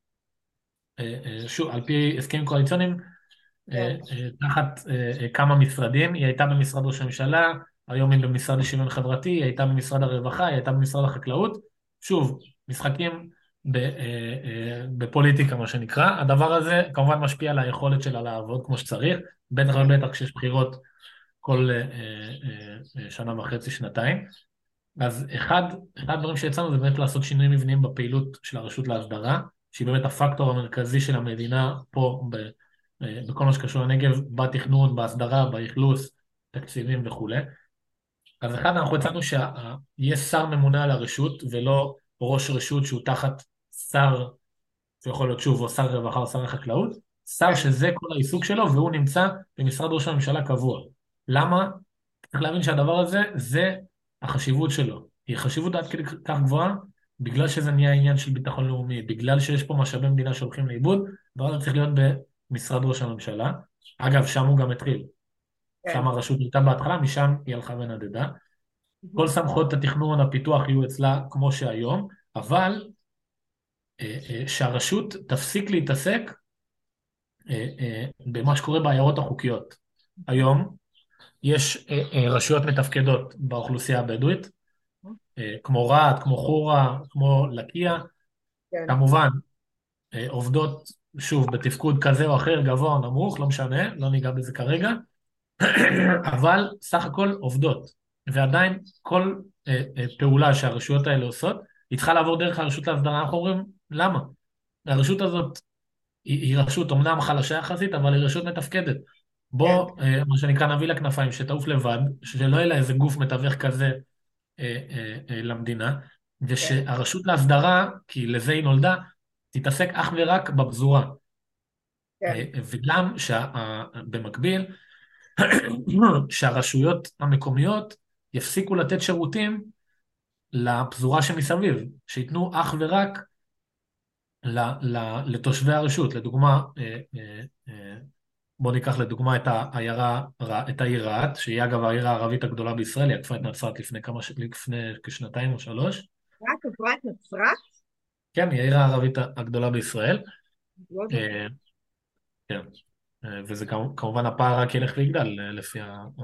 שוב, על פי הסכמים קואליציוניים, כן. תחת כמה משרדים. היא הייתה במשרד ראש הממשלה, היום היא במשרד לשוויון חברתי, היא הייתה במשרד הרווחה, היא הייתה במשרד החקלאות. שוב, משחקים בפוליטיקה, מה שנקרא. הדבר הזה כמובן משפיע על היכולת שלה לעבוד כמו שצריך, בטח ובטח כשיש בחירות כל שנה וחצי, שנתיים. אז אחד הדברים שיצאנו זה באמת לעשות שינויים מבניים בפעילות של הרשות להסדרה, שהיא באמת הפקטור המרכזי של המדינה פה בכל מה שקשור לנגב, בתכנון, בהסדרה, באכלוס, תקציבים וכו'. אז אנחנו הצענו שיהיה שר ממונה על הרשות, ולא ראש רשות שהוא תחת שר, זה יכול להיות שוב או שר רווחה או שר החקלאות, שר שזה כל העיסוק שלו, והוא נמצא במשרד ראש הממשלה קבוע. למה? צריך להבין שהדבר הזה, זה החשיבות שלו. היא חשיבות עד כדי כך גבוהה, בגלל שזה נהיה עניין של ביטחון לאומי, בגלל שיש פה משאבי מדינה שהולכים לאיבוד, הדבר הזה צריך להיות במשרד ראש הממשלה. אגב, שם הוא גם התחיל. כן. שם הרשות הייתה בהתחלה, משם היא הלכה ונדדה. כל סמכויות התכנון, הפיתוח יהיו אצלה כמו שהיום, אבל שהרשות תפסיק להתעסק במה שקורה בעיירות החוקיות. היום יש רשויות מתפקדות באוכלוסייה הבדואית, כמו רהט, כמו חורה, כמו לקיה, כן, כמובן, עובדות, שוב, בתפקוד כזה או אחר, גבוה או נמוך, לא משנה, לא ניגע בזה כרגע, אבל סך הכל עובדות, ועדיין כל פעולה שהרשויות האלה עושות, היא צריכה לעבור דרך הרשות להסדרה. אנחנו אומרים, למה? הרשות הזאת היא רשות אומנם חלשה יחסית, אבל היא רשות מתפקדת. כן, בוא, מה שנקרא, נביא לה כנפיים, שתעוף לבד, שלא יהיה לה איזה גוף מתווך כזה למדינה, כן, ושהרשות להסדרה, כי לזה היא נולדה, תתעסק אך ורק בפזורה. כן, וגם במקביל, שהרשויות המקומיות יפסיקו לתת שירותים לפזורה שמסביב, שייתנו אך ורק לתושבי הרשות. לדוגמה, בואו ניקח לדוגמה את העיר רהט, שהיא אגב העיר הערבית הגדולה בישראל, היא עקפה את נצרת לפני כשנתיים או שלוש. רק עברה את נצרת? כן, היא העיר הערבית הגדולה בישראל. לא יודעת. אה, כן. וזה כמובן הפער רק ילך ויגדל לפי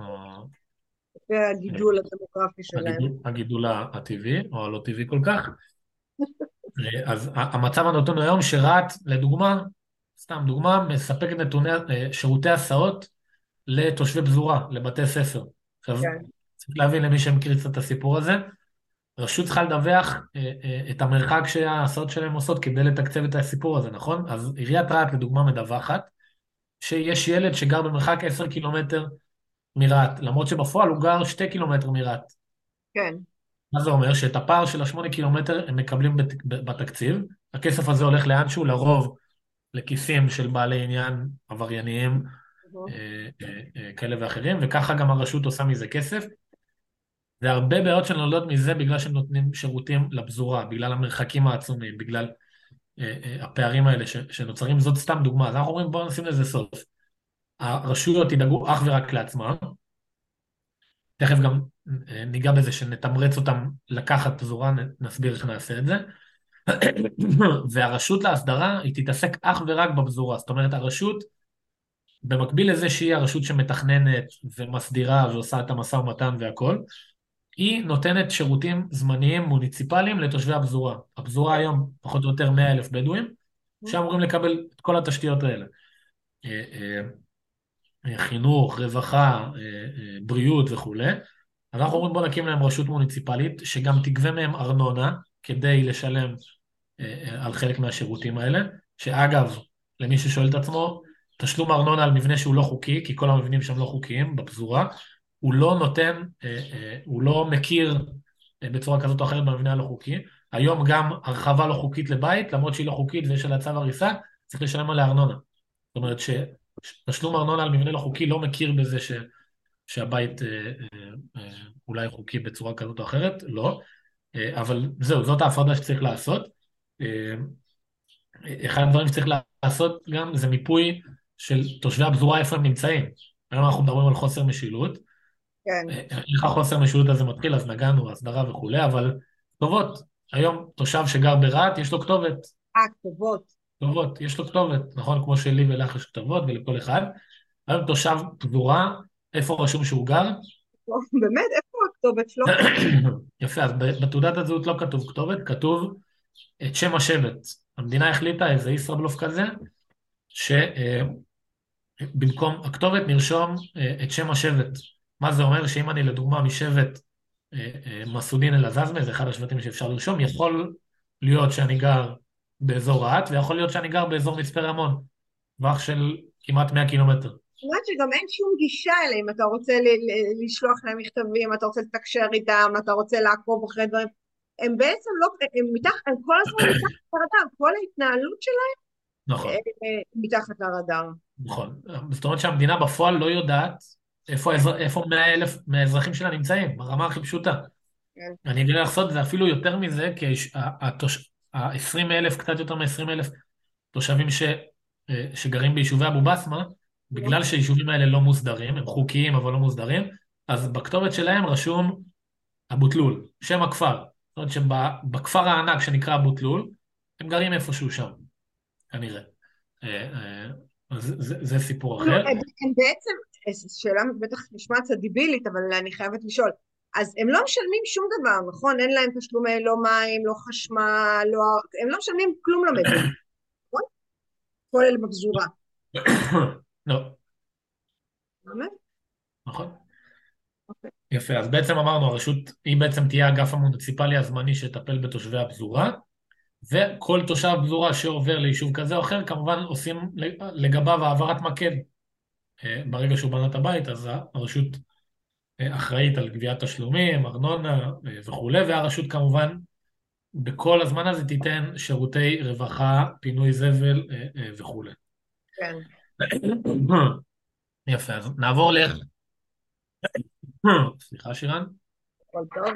זה הגידול הדמוגרפי שלהם. הגידול הטבעי, או הלא טבעי כל כך. אז המצב הנתון היום שרהט, לדוגמה, סתם דוגמה, מספק שירותי הסעות לתושבי פזורה, לבתי ספר. עכשיו, כן, צריך להבין למי שמכיר קצת את הסיפור הזה, רשות צריכה לדווח את המרחק שההסעות שלהם עושות כדי לתקצב את הסיפור הזה, נכון? אז עיריית רהט, לדוגמה, מדווחת שיש ילד שגר במרחק 10 קילומטר מרהט, למרות שבפועל הוא גר 2 קילומטר מרהט. כן, מה זה אומר? שאת הפער של ה8 קילומטר הם מקבלים בתקציב, הכסף הזה הולך לאנשהו, לרוב לכיסים של בעלי עניין עברייניים כאלה ואחרים, וככה גם הרשות עושה מזה כסף. והרבה בעיות שנולדות מזה בגלל שהם נותנים שירותים לפזורה, בגלל המרחקים העצומים, בגלל הפערים האלה שנוצרים. זאת סתם דוגמה. אז אנחנו אומרים בואו נשים לזה סוף. הרשויות ידאגו אך ורק לעצמם, תכף גם ניגע בזה שנתמרץ אותם לקחת פזורה, נסביר איך נעשה את זה. והרשות להסדרה היא תתעסק אך ורק בפזורה. זאת אומרת, הרשות, במקביל לזה שהיא הרשות שמתכננת ומסדירה ועושה את המשא ומתן והכל, היא נותנת שירותים זמניים מוניציפליים לתושבי הפזורה. הפזורה כן. היום פחות או יותר 100,000 בדואים, שאמורים לקבל את כל התשתיות האלה. אה, חינוך, רווחה, בריאות וכולי. אז אנחנו אומרים בוא נקים להם רשות מוניציפלית, שגם תגבה מהם ארנונה, כדי לשלם על חלק מהשירותים האלה, שאגב, למי ששואל את עצמו, תשלום ארנונה על מבנה שהוא לא חוקי, כי כל המבנים שם לא חוקיים בפזורה, הוא לא נותן, הוא לא מכיר בצורה כזאת או אחרת במבנה הלא חוקי. היום גם הרחבה לא חוקית לבית, למרות שהיא לא חוקית ויש עליה צו הריסה, צריך לשלם עליה ארנונה. זאת אומרת שתשלום ארנונה על מבנה לא חוקי לא מכיר בזה שהבית אולי חוקי בצורה כזאת או אחרת, לא. אבל זהו, זאת ההפרדה שצריך לעשות. אחד הדברים שצריך לעשות גם זה מיפוי של תושבי הפזורה, איפה הם נמצאים. היום אנחנו מדברים על חוסר משילות. כן. איך החוסר משילות הזה מתחיל, אז נגענו, הסדרה וכולי, אבל כתובות. היום תושב שגר ברהט, יש לו כתובת. כתובות. כתובות, יש לו כתובת, נכון? כמו שלי ולך יש כתובות ולכל אחד. היום תושב פזורה, איפה רשום שהוא גר? באמת, איפה הכתובת שלו? יפה, אז בתעודת הזהות לא כתוב כתובת, כתוב את שם השבט. המדינה החליטה, איזה ישראבלוף כזה, שבמקום הכתובת נרשום את שם השבט. מה זה אומר? שאם אני לדוגמה משבט מסעודין אל-עזאזמה, זה אחד השבטים שאפשר לרשום, יכול להיות שאני גר באזור רהט, ויכול להיות שאני גר באזור מצפה רמון, טווח של כמעט 100 קילומטר. זאת אומרת שגם אין שום גישה אליהם, אתה רוצה לשלוח להם מכתבים, אתה רוצה לתקשר איתם, אתה רוצה לעקוב אחרי דברים. הם בעצם לא, הם כל הזמן מתחת לרדאר, כל ההתנהלות שלהם נכון, מתחת לרדאר. נכון. זאת אומרת שהמדינה בפועל לא יודעת איפה 100,000 מהאזרחים שלה נמצאים, ברמה הכי פשוטה. כן. אני אגלה לך סוד, זה אפילו יותר מזה, כי ה-20,000, קצת יותר מ-20,000 תושבים שגרים ביישובי אבו בסמה, בגלל שהיישובים האלה לא מוסדרים, הם חוקיים אבל לא מוסדרים, אז בכתובת שלהם רשום אבו תלול, שם הכפר. זאת אומרת שבכפר הענק שנקרא אבו תלול, הם גרים איפשהו שם, כנראה. אז זה סיפור כאילו, אחר. הם בעצם, שאלה בטח נשמעת קצת דיבילית, אבל אני חייבת לשאול, אז הם לא משלמים שום דבר, נכון? אין להם תשלומי לא מים, לא חשמל, לא... הם לא משלמים כלום למדינה, נכון? כל אלה בפזורה. לא, באמת? נכון. אוקיי. יפה, אז בעצם אמרנו, הרשות היא בעצם תהיה האגף המוניציפלי הזמני שיטפל בתושבי הפזורה, וכל תושב פזורה שעובר ליישוב כזה או אחר, כמובן עושים לגביו העברת מקל. ברגע שהוא בנה את הבית, אז הרשות אחראית על גביית תשלומים, ארנונה וכולי, והרשות כמובן בכל הזמן הזה תיתן שירותי רווחה, פינוי זבל וכולי. כן, יפה, אז נעבור סליחה שירן. הכל טוב.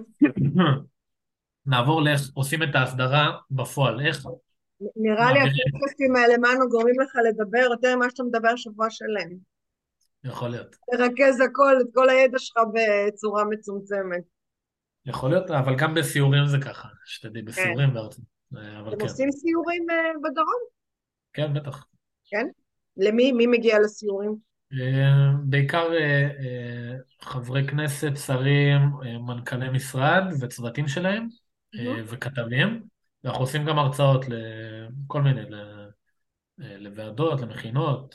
נעבור לאיך עושים את ההסדרה בפועל, איך נראה לי מעבירים, הפודקאסטים האלה, מנו, גורמים לך לדבר יותר ממה שאתה מדבר שבוע שלם. יכול להיות. תרכז הכל, את כל הידע שלך בצורה מצומצמת. יכול להיות, אבל גם בסיורים זה ככה, שתדעי, כן. בסיורים בארצות, אבל אתם כן, עושים סיורים בדרום? כן, בטח. כן? מי מגיע לסיורים? בעיקר חברי כנסת, שרים, מנכ"לי משרד וצוותים שלהם, Mhm. וכתבים, ואנחנו עושים גם הרצאות לכל מיני, לוועדות, למכינות,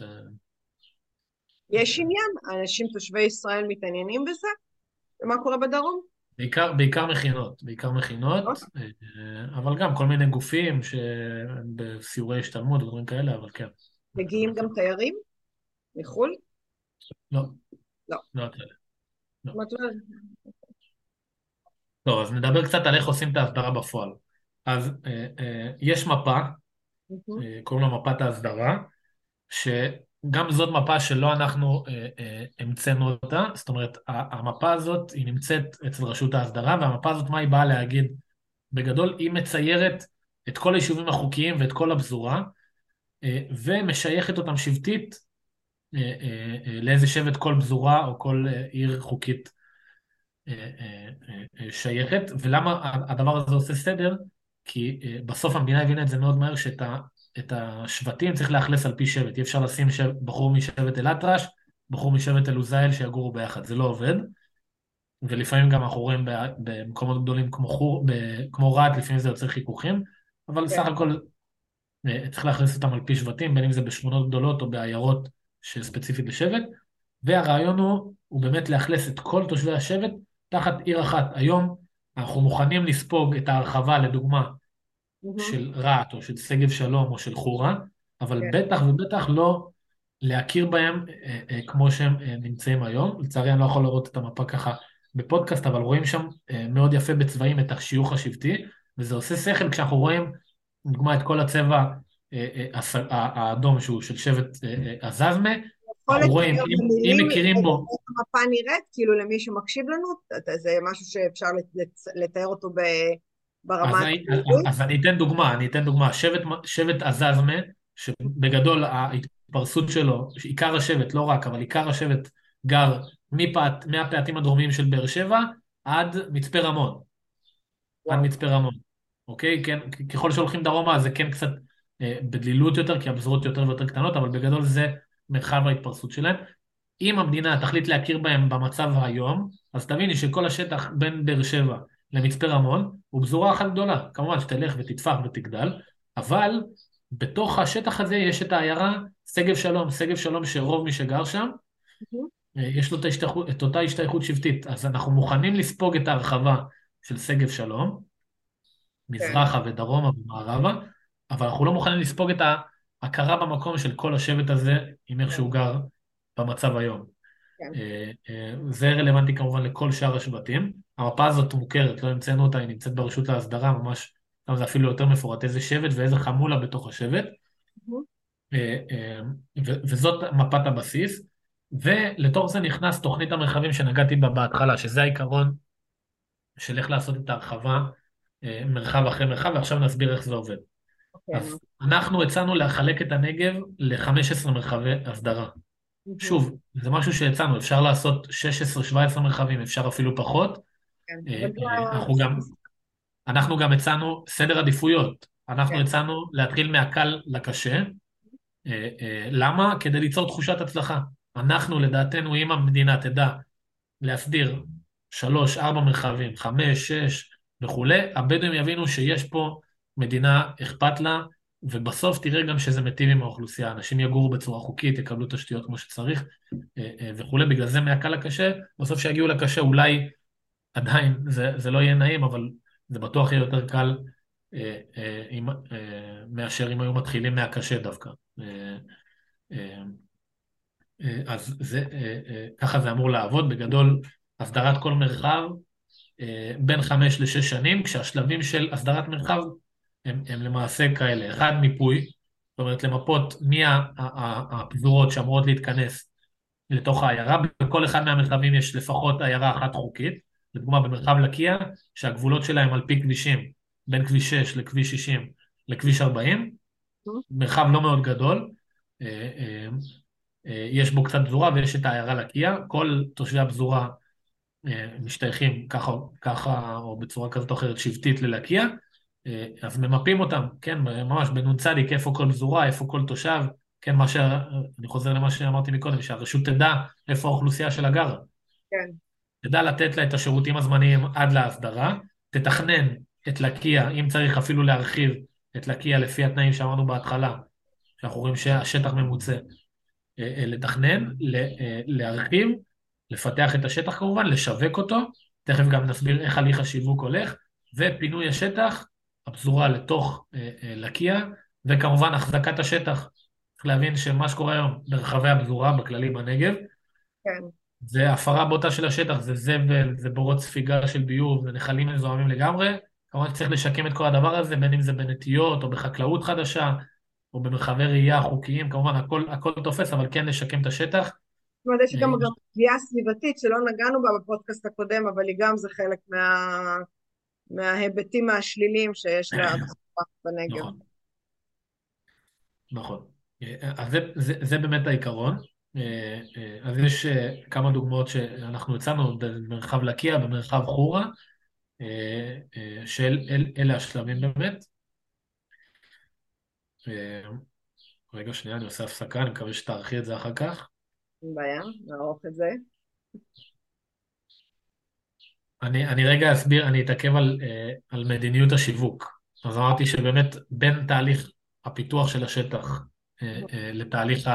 יש עניין? אנשים תושבי ישראל מתעניינים בזה? ומה קורה בדרום? בעיקר מכינות, בעיקר מכינות, אוקיי. אבל גם כל מיני גופים בסיורי השתלמות ודברים כאלה, אבל כן. מגיעים אבל כן. גם תיירים מחו"ל? לא, לא. לא כאלה. לא. מה את אומרת? טוב, אז נדבר קצת על איך עושים את ההסדרה בפועל. אז יש מפה, Mhm. קוראים לה מפת ההסדרה, שגם זאת מפה שלא אנחנו המצאנו אותה, זאת אומרת, המפה הזאת היא נמצאת אצל רשות ההסדרה, והמפה הזאת, מה היא באה להגיד? בגדול, היא מציירת את כל היישובים החוקיים ואת כל הפזורה, ומשייכת אותם שבטית לאיזה שבט כל פזורה או כל עיר חוקית שייכת. ולמה הדבר הזה עושה סדר? כי בסוף המדינה הבינה את זה מאוד מהר, את השבטים צריך לאכלס על פי שבט. אי אפשר לשים בחור משבט אל-אטרש, בחור משבט אל-עוזאל שיגורו ביחד, זה לא עובד. ולפעמים גם אנחנו רואים במקומות גדולים כמו רהט, לפעמים זה יוצר חיכוכים, אבל סך כן, הכל צריך להכניס אותם על פי שבטים, בין אם זה בשכונות גדולות או בעיירות שספציפית לשבט, והרעיון הוא באמת לאכלס את כל תושבי השבט תחת עיר אחת. היום אנחנו מוכנים לספוג את ההרחבה, לדוגמה, Mhm. של רהט או של שגב שלום או של חורה, אבל כן, בטח ובטח לא להכיר בהם כמו שהם נמצאים היום. לצערי אני לא יכול לראות את המפה ככה בפודקאסט, אבל רואים שם מאוד יפה בצבעים את השיוך השבטי, וזה עושה שכל כשאנחנו רואים, לדוגמה, את כל הצבע האדום שהוא של שבט הזזמה, יכול אנחנו רואים, לתאר אם במילים מכירים בו, איך המפה נראית, כאילו למי שמקשיב לנו, זה משהו שאפשר לתאר אותו ברמה התיאורית? אז אני אתן דוגמה, שבט הזזמה, שבגדול ההתפרסות שלו, עיקר השבט, לא רק, אבל עיקר השבט גר מהפאתים הדרומיים של באר שבע עד מצפה רמון, עד וואו, מצפה רמון, אוקיי? כן, ככל שהולכים דרומה זה כן קצת בדלילות יותר, כי הפזורות יותר ויותר קטנות, אבל בגדול זה מרחב ההתפרסות שלהם. אם המדינה תחליט להכיר בהם במצב היום, אז תביני שכל השטח בין באר שבע למצפה רמון הוא פזורה אחת גדולה. כמובן שתלך ותטפח ותגדל, אבל בתוך השטח הזה יש את העיירה שגב שלום, שגב שלום שרוב מי שגר שם, Mhm. יש לו את אותה השתייכות שבטית. אז אנחנו מוכנים לספוג את ההרחבה של שגב שלום, כן, מזרחה ודרומה ומערבה, אבל אנחנו לא מוכנים לספוג את ההכרה במקום של כל השבט הזה עם איך שהוא גר במצב היום. כן, זה רלוונטי כמובן לכל שאר השבטים. המפה הזאת מוכרת, לא המצאנו אותה, היא נמצאת ברשות להסדרה, ממש, זה אפילו יותר מפורט, איזה שבט ואיזה חמולה בתוך השבט. Mhm. וזאת מפת הבסיס. ולתוך זה נכנס תוכנית המרחבים שנגעתי בה בהתחלה, שזה העיקרון של איך לעשות את ההרחבה מרחב אחרי מרחב, ועכשיו נסביר איך זה עובד. אוקיי, אז אנחנו הצענו לחלק את הנגב ל-15 מרחבי הסדרה. Mhm. שוב, זה משהו שהצענו, אפשר לעשות 16-17 מרחבים, אפשר אפילו פחות. כן, אנחנו גם הצענו סדר עדיפויות. אנחנו כן, הצענו להתחיל מהקל לקשה. למה? כדי ליצור תחושת הצלחה. אנחנו, לדעתנו, אם המדינה תדע להסדיר שלוש, ארבע מרחבים, חמש, שש וכולי, הבדואים יבינו שיש פה מדינה אכפת לה, ובסוף תראה גם שזה מיטיב עם האוכלוסייה, אנשים יגורו בצורה חוקית, יקבלו תשתיות כמו שצריך וכולי, בגלל זה מהקל לקשה, בסוף שיגיעו לקשה אולי עדיין זה לא יהיה נעים, אבל זה בטוח יהיה יותר קל מאשר אם היו מתחילים מהקשה דווקא. אה, אז ככה זה אמור לעבוד, בגדול הסדרת כל מרחב בין 5 ל 6 שנים, כשהשלבים של הסדרת מרחב הם למעשה כאלה, אחד מיפוי, זאת אומרת למפות מי הפזורות שאמורות להתכנס לתוך העיירה, בכל אחד מהמרחבים יש לפחות עיירה אחת חוקית, לדוגמה במרחב לקיה, שהגבולות שלה הם על פי כבישים, בין כביש 6 לכביש 60 לכביש 40, מרחב לא מאוד גדול, אה, אה, יש בו קצת פזורה ויש את העיירה לקיה, כל תושבי הפזורה משתייכים ככה או בצורה כזאת או אחרת שבטית ללקיה, אז ממפים אותם, כן, ממש בנון צדיק, איפה כל פזורה, איפה כל תושב, כן, אני חוזר למה שאמרתי מקודם, שהרשות תדע איפה האוכלוסייה שלה גרה. כן, תדע לתת לה את השירותים הזמניים עד להסדרה, תתכנן את לקיה, אם צריך אפילו להרחיב את לקיה לפי התנאים שאמרנו בהתחלה, שאנחנו רואים שהשטח ממוצע, לתכנן, להרחיב, לפתח את השטח כמובן, לשווק אותו, תכף גם נסביר איך הליך השיווק הולך, ופינוי השטח, הפזורה לתוך לקיה, וכמובן החזקת השטח. צריך להבין שמה שקורה היום ברחבי הפזורה, בכללי בנגב, כן. זה הפרה בוטה של השטח, זה זבל, זה בורות ספיגה של ביוב, זה נחלים מזוהמים לגמרי, כמובן שצריך לשקם את כל הדבר הזה, בין אם זה בנטיות או בחקלאות חדשה, או במרחבי ראייה חוקיים, כמובן הכל תופס, אבל כן לשקם את השטח. זאת אומרת, יש גם פגיעה סביבתית שלא נגענו בה בפודקאסט הקודם, אבל היא גם זה חלק מההיבטים השליליים שיש לה בנגב. נכון, נכון. אז זה באמת העיקרון. אז יש כמה דוגמאות שאנחנו הצענו במרחב לקיה, במרחב חורה, אלה השלבים באמת. רגע שנייה, אני עושה הפסקה, אני מקווה שתערכי את זה אחר כך. אין בעיה, נערוך את זה. אני רגע אסביר, אני אתעכב על מדיניות השיווק. אז אמרתי שבאמת בין תהליך הפיתוח של השטח לתהליך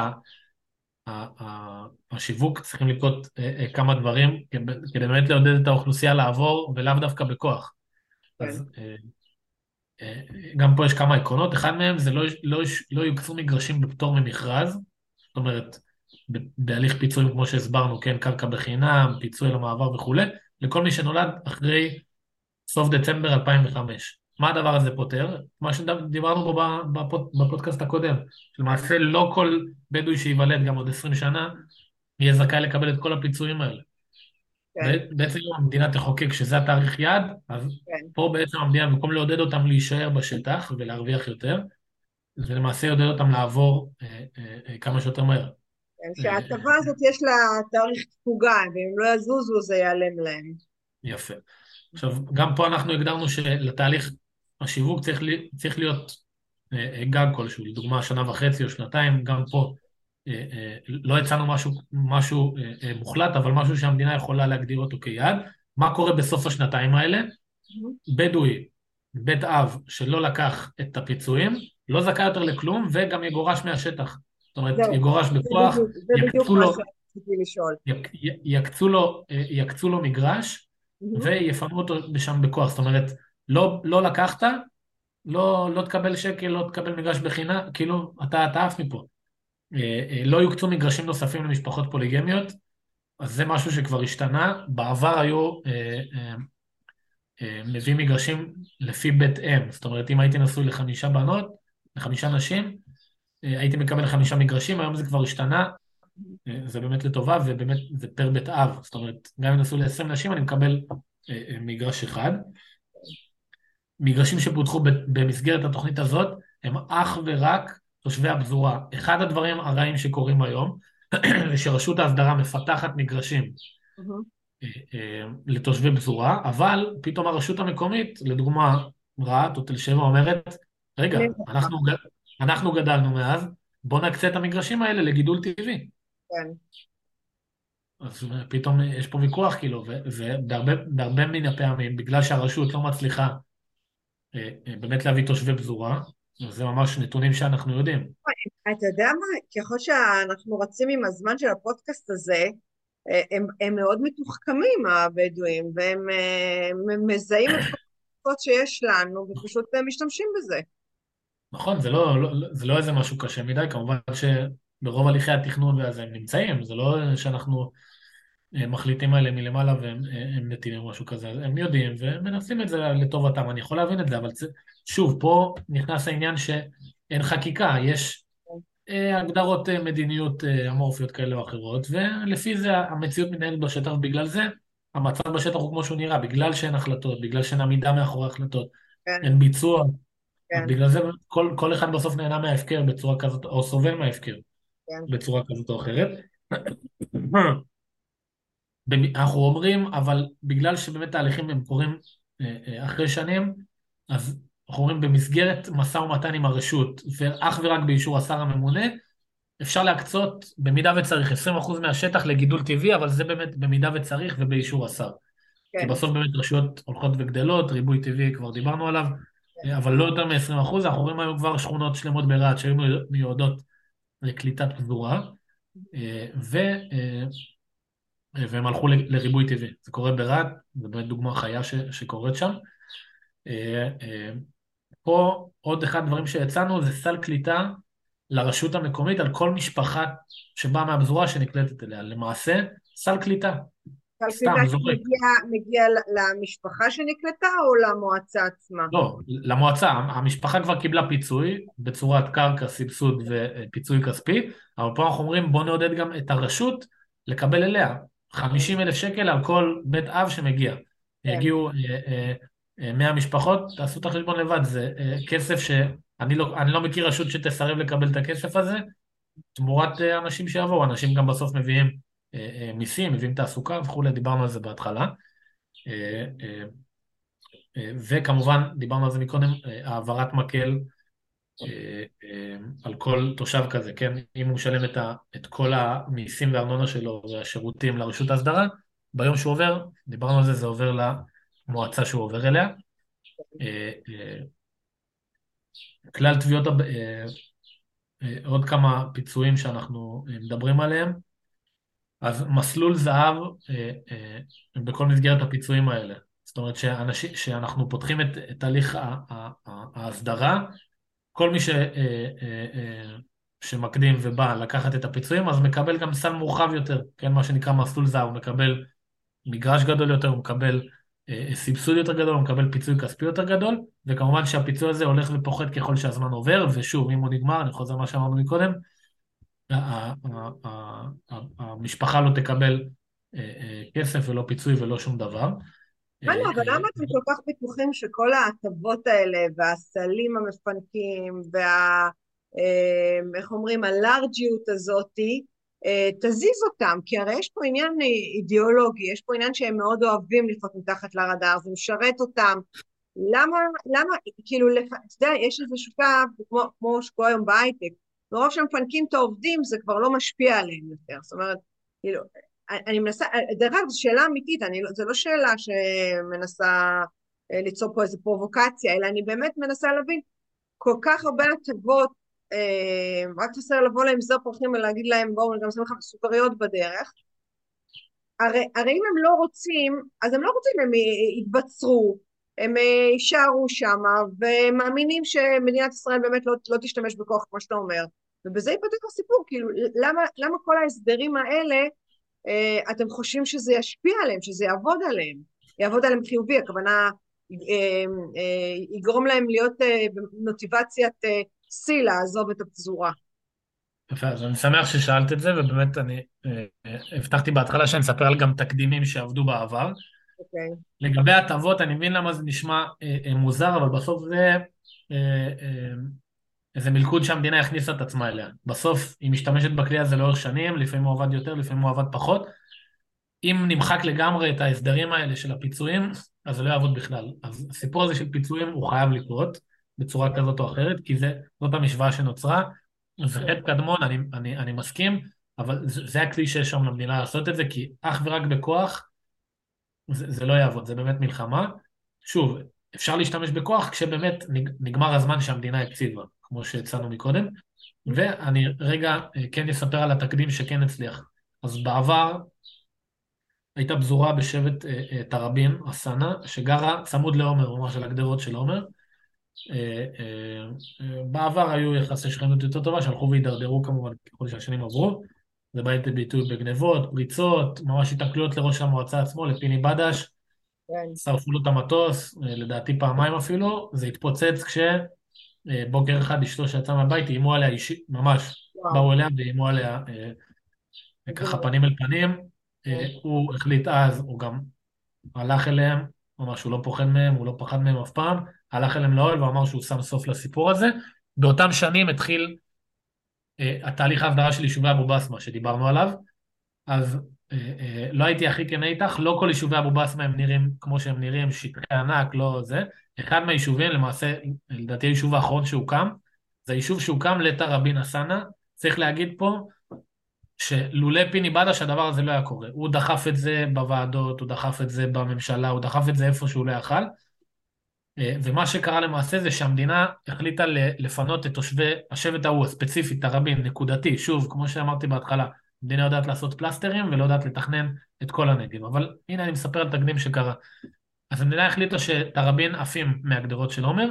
השיווק צריכים לקרות כמה דברים כדי באמת לעודד את האוכלוסייה לעבור ולאו דווקא בכוח. כן. אז גם פה יש כמה עקרונות, אחד מהם זה לא יוקצו מגרשים בפטור ממכרז, זאת אומרת בהליך פיצויים כמו שהסברנו, כן, קרקע בחינם, פיצוי למעבר וכולי, לכל מי שנולד אחרי סוף דצמבר 2005. מה הדבר הזה פותר? מה שדיברנו בו בפודקאסט הקודם, שלמעשה לא כל בדואי שיוולד גם עוד 20 שנה, יהיה זכאי לקבל את כל הפיצויים האלה. כן, בעצם אם המדינה תחוקק שזה התאריך יעד, אז כן. פה בעצם המדינה, במקום לעודד אותם להישאר בשטח ולהרוויח יותר, זה למעשה יעודד אותם לעבור כמה שיותר מהר. כן, שההטבה הזאת יש לה תאריך תפוגה, ואם לא יזוזו זה ייעלם להם. יפה. עכשיו, גם פה אנחנו הגדרנו שלתהליך השיווק צריך להיות גג כלשהו, לדוגמה שנה וחצי או שנתיים, גם פה לא הצענו משהו מוחלט, אבל משהו שהמדינה יכולה להגדיר אותו כיעד. מה קורה בסוף השנתיים האלה? בדואי, בית אב שלא לקח את הפיצויים, לא זכאי יותר לכלום וגם יגורש מהשטח. זאת אומרת, זהו, יגורש בכוח, זה בדיוק מה שרציתי לשאול. יקצו לו מגרש ויפנו אותו לשם בכוח. זאת אומרת, לא לקחת, לא תקבל שקל, לא תקבל מגרש בחינם, כאילו, אתה עף מפה. לא יוקצו מגרשים נוספים למשפחות פוליגמיות, אז זה משהו שכבר השתנה. בעבר היו מביאים מגרשים לפי בית אם, זאת אומרת, אם הייתי נשוי ל5 בנות, ל5 נשים, הייתי מקבל 5 מגרשים, היום זה כבר השתנה, זה באמת לטובה, ובאמת זה פר בית אב, זאת אומרת, גם אם נשוי ל20 נשים, אני מקבל מגרש אחד. מגרשים שפותחו במסגרת התוכנית הזאת, הם אך ורק תושבי הפזורה. אחד הדברים הרעים שקורים היום, זה שרשות ההסדרה מפתחת מגרשים לתושבי פזורה, אבל פתאום הרשות המקומית, לדוגמה רהט או תל שבע אומרת, רגע, אנחנו גדלנו מאז, בוא נקצה את המגרשים האלה לגידול טבעי. כן. אז פתאום יש פה ויכוח, כאילו, ובהרבה מן הפעמים, בגלל שהרשות לא מצליחה באמת להביא תושבי פזורה, זה ממש נתונים שאנחנו יודעים. אתה יודע מה, ככל שאנחנו רצים עם הזמן של הפודקאסט הזה, הם מאוד מתוחכמים הבדואים, והם מזהים את כל התקופות שיש לנו, ופשוט משתמשים בזה. נכון, זה לא איזה משהו קשה מדי, כמובן שברוב הליכי התכנון והזה הם נמצאים, זה לא שאנחנו מחליטים עליהם מלמעלה והם נתינים או משהו כזה, הם יודעים ומנסים את זה לטובתם, אני יכול להבין את זה, אבל שוב, פה נכנס העניין שאין חקיקה, יש הגדרות מדיניות אמורפיות כאלה או אחרות, ולפי זה המציאות מתנהלת בשטח, בגלל זה המצב בשטח הוא כמו שהוא נראה, בגלל שאין החלטות, בגלל שאין עמידה מאחורי החלטות, כן, אין ביצוע, אז כן, בגלל זה כל אחד בסוף נהנה מההפקר בצורה כזאת, או סובל מההפקר כן. בצורה כזאת או אחרת. אנחנו אומרים, אבל בגלל שבאמת תהליכים הם קורים אחרי שנים, אז אנחנו אומרים במסגרת משא ומתן עם הרשות, ואך ורק באישור השר הממונה, אפשר להקצות במידה וצריך 20% מהשטח לגידול טבעי, אבל זה באמת במידה וצריך ובאישור השר. כי כן. בסוף באמת רשויות הולכות וגדלות, ריבוי טבעי כבר דיברנו עליו, אבל לא יותר מ-20%, אנחנו רואים היום כבר שכונות שלמות ברהט שהיו מיועדות לקליטת פזורה, ו... והם הלכו לריבוי טבעי. זה קורה ברהט, זו באמת דוגמה חיה שקורית שם. פה עוד אחד הדברים שהצענו זה סל קליטה לרשות המקומית על כל משפחה שבאה מהפזורה שנקלטת אליה. למעשה, סל קליטה. סל קליטה סתם, זורק. שמגיע למשפחה שנקלטה או למועצה עצמה? לא, למועצה, המשפחה כבר קיבלה פיצוי בצורת קרקע, סבסוד ופיצוי כספי, אבל פה אנחנו אומרים בוא נעודד גם את הרשות לקבל אליה 50,000 שקל על כל בית אב שמגיע. כן, יגיעו 100 משפחות, תעשו את החשבון לבד, זה כסף אני לא מכיר רשות שתסרב לקבל את הכסף הזה, תמורת אנשים שיבואו, אנשים גם בסוף מביאים מיסים, מביאים תעסוקה וכולי, דיברנו על זה בהתחלה. וכמובן, דיברנו על זה מקודם, העברת מקל על כל תושב כזה, כן? אם הוא משלם את כל המיסים והארנונה שלו והשירותים לרשות ההסדרה, ביום שהוא עובר, דיברנו על זה, זה עובר למועצה שהוא עובר אליה. כלל תביעות, עוד כמה פיצויים שאנחנו מדברים עליהם, אז מסלול זהב בכל מסגרת הפיצויים האלה. זאת אומרת שאנחנו פותחים את תהליך ההסדרה, כל מי שמקדים ובא לקחת את הפיצויים, אז מקבל גם סל מורחב יותר, כן, מה שנקרא מסלול זהב, הוא מקבל מגרש גדול יותר, הוא מקבל סבסוד יותר גדול, הוא מקבל פיצוי כספי יותר גדול, וכמובן שהפיצוי הזה הולך ופוחת ככל שהזמן עובר, ושוב, אם הוא נגמר, אני חוזר מה שאמרנו מקודם, המשפחה לא תקבל כסף ולא פיצוי ולא שום דבר. אבל למה אתם כל כך בטוחים שכל ההטבות האלה והסלים המפנקים איך אומרים, הלארג'יות הזאתי, תזיז אותם? כי הרי יש פה עניין אידיאולוגי, יש פה עניין שהם מאוד אוהבים לפעול מתחת לרדאר, זה משרת אותם. למה, כאילו, אתה יודע, יש איזה שותף, כמו שקורה היום בהייטק, מרוב שהם מפנקים את העובדים, זה כבר לא משפיע עליהם יותר. זאת אומרת, כאילו, אני מנסה, דרך אגב, זו שאלה אמיתית, זו לא שאלה שמנסה ליצור פה איזו פרובוקציה, אלא אני באמת מנסה להבין כל כך הרבה הטבות, רק חסר לבוא להם זר פרחים ולהגיד להם בואו גם שם לכם סוכריות בדרך. הרי אם הם לא רוצים, אז הם לא רוצים, הם יתבצרו, הם יישארו שם, ומאמינים שמדינת ישראל באמת לא תשתמש בכוח כמו שאתה אומר, ובזה ייפתח הסיפור. כאילו למה כל ההסדרים האלה אתם חושבים שזה ישפיע עליהם, שזה יעבוד עליהם חיובי, הכוונה יגרום להם להיות במוטיבציית שיא לעזוב את הפזורה? יפה, אז אני שמח ששאלת את זה, ובאמת אני הבטחתי בהתחלה שאני אספר על גם תקדימים שעבדו בעבר. אוקיי. לגבי הטבות, אני מבין למה זה נשמע מוזר, אבל בסוף זה איזה מלכוד שהמדינה הכניסה את עצמה אליה. בסוף היא משתמשת בכלי הזה לאורך שנים, לפעמים הוא עבד יותר, לפעמים הוא עבד פחות. אם נמחק לגמרי את ההסדרים האלה של הפיצויים, אז זה לא יעבוד בכלל. אז הסיפור הזה של פיצויים הוא חייב לקרות בצורה כזאת או אחרת, כי זאת המשוואה שנוצרה. זה חטא קדמון, אני מסכים, אבל זה הכלי שיש שם למדינה לעשות את זה, כי אך ורק בכוח זה לא יעבוד, זה באמת מלחמה. שוב, אפשר להשתמש בכוח כשבאמת נגמר הזמן שהמדינה הקציבה, כמו שהצענו מקודם. ואני רגע כן אספר על התקדים שכן הצליח. אז בעבר הייתה פזורה בשבט תראבין, הסנה, שגרה צמוד לעומר, ממש על הגדרות של עומר. בעבר היו יחסי שכנות יותר טובה, שהלכו והידרדרו כמובן ככל שהשנים עברו. זה בא לידי ביטוי בגנבות, פריצות, ממש התנכלויות לראש המועצה עצמו, לפיני בדש, כן. שרפו לו את המטוס, לדעתי פעמיים אפילו, זה התפוצץ כשבוקר אחד אשתו שיצאה מהבית, איימו עליה אישית, ממש, וואו. באו אליה ואיימו עליה זה ככה מאוד, פנים אל פנים. כן. הוא החליט אז, הוא גם הלך אליהם, ממש הוא לא פוחד מהם, הוא לא פחד מהם אף פעם, הלך אליהם לאוהל ואמר שהוא שם סוף לסיפור הזה. באותם שנים התחיל התהליך ההסדרה של יישובי אבו בסמה שדיברנו עליו. אז לא הייתי הכי כן איתך, לא כל יישובי אבו בסמה הם נראים כמו שהם נראים, שטחי ענק, לא זה. אחד מהיישובים, למעשה, לדעתי היישוב האחרון שהוקם, זה היישוב שהוקם לתראבין א-סאנע. צריך להגיד פה שלולא פיני בדש הדבר הזה לא היה קורה. הוא דחף את זה בוועדות, הוא דחף את זה בממשלה, הוא דחף את זה איפה שהוא לא יכל. ומה שקרה למעשה זה שהמדינה החליטה לפנות את תושבי השבט ההוא הספציפי, תראבין, נקודתי. שוב, כמו שאמרתי בהתחלה, המדינה יודעת לעשות פלסטרים ולא יודעת לתכנן את כל הנגב. אבל הנה אני מספר על תקדים שקרה. אז המדינה החליטה שתראבין עפים מהגדרות של עומר,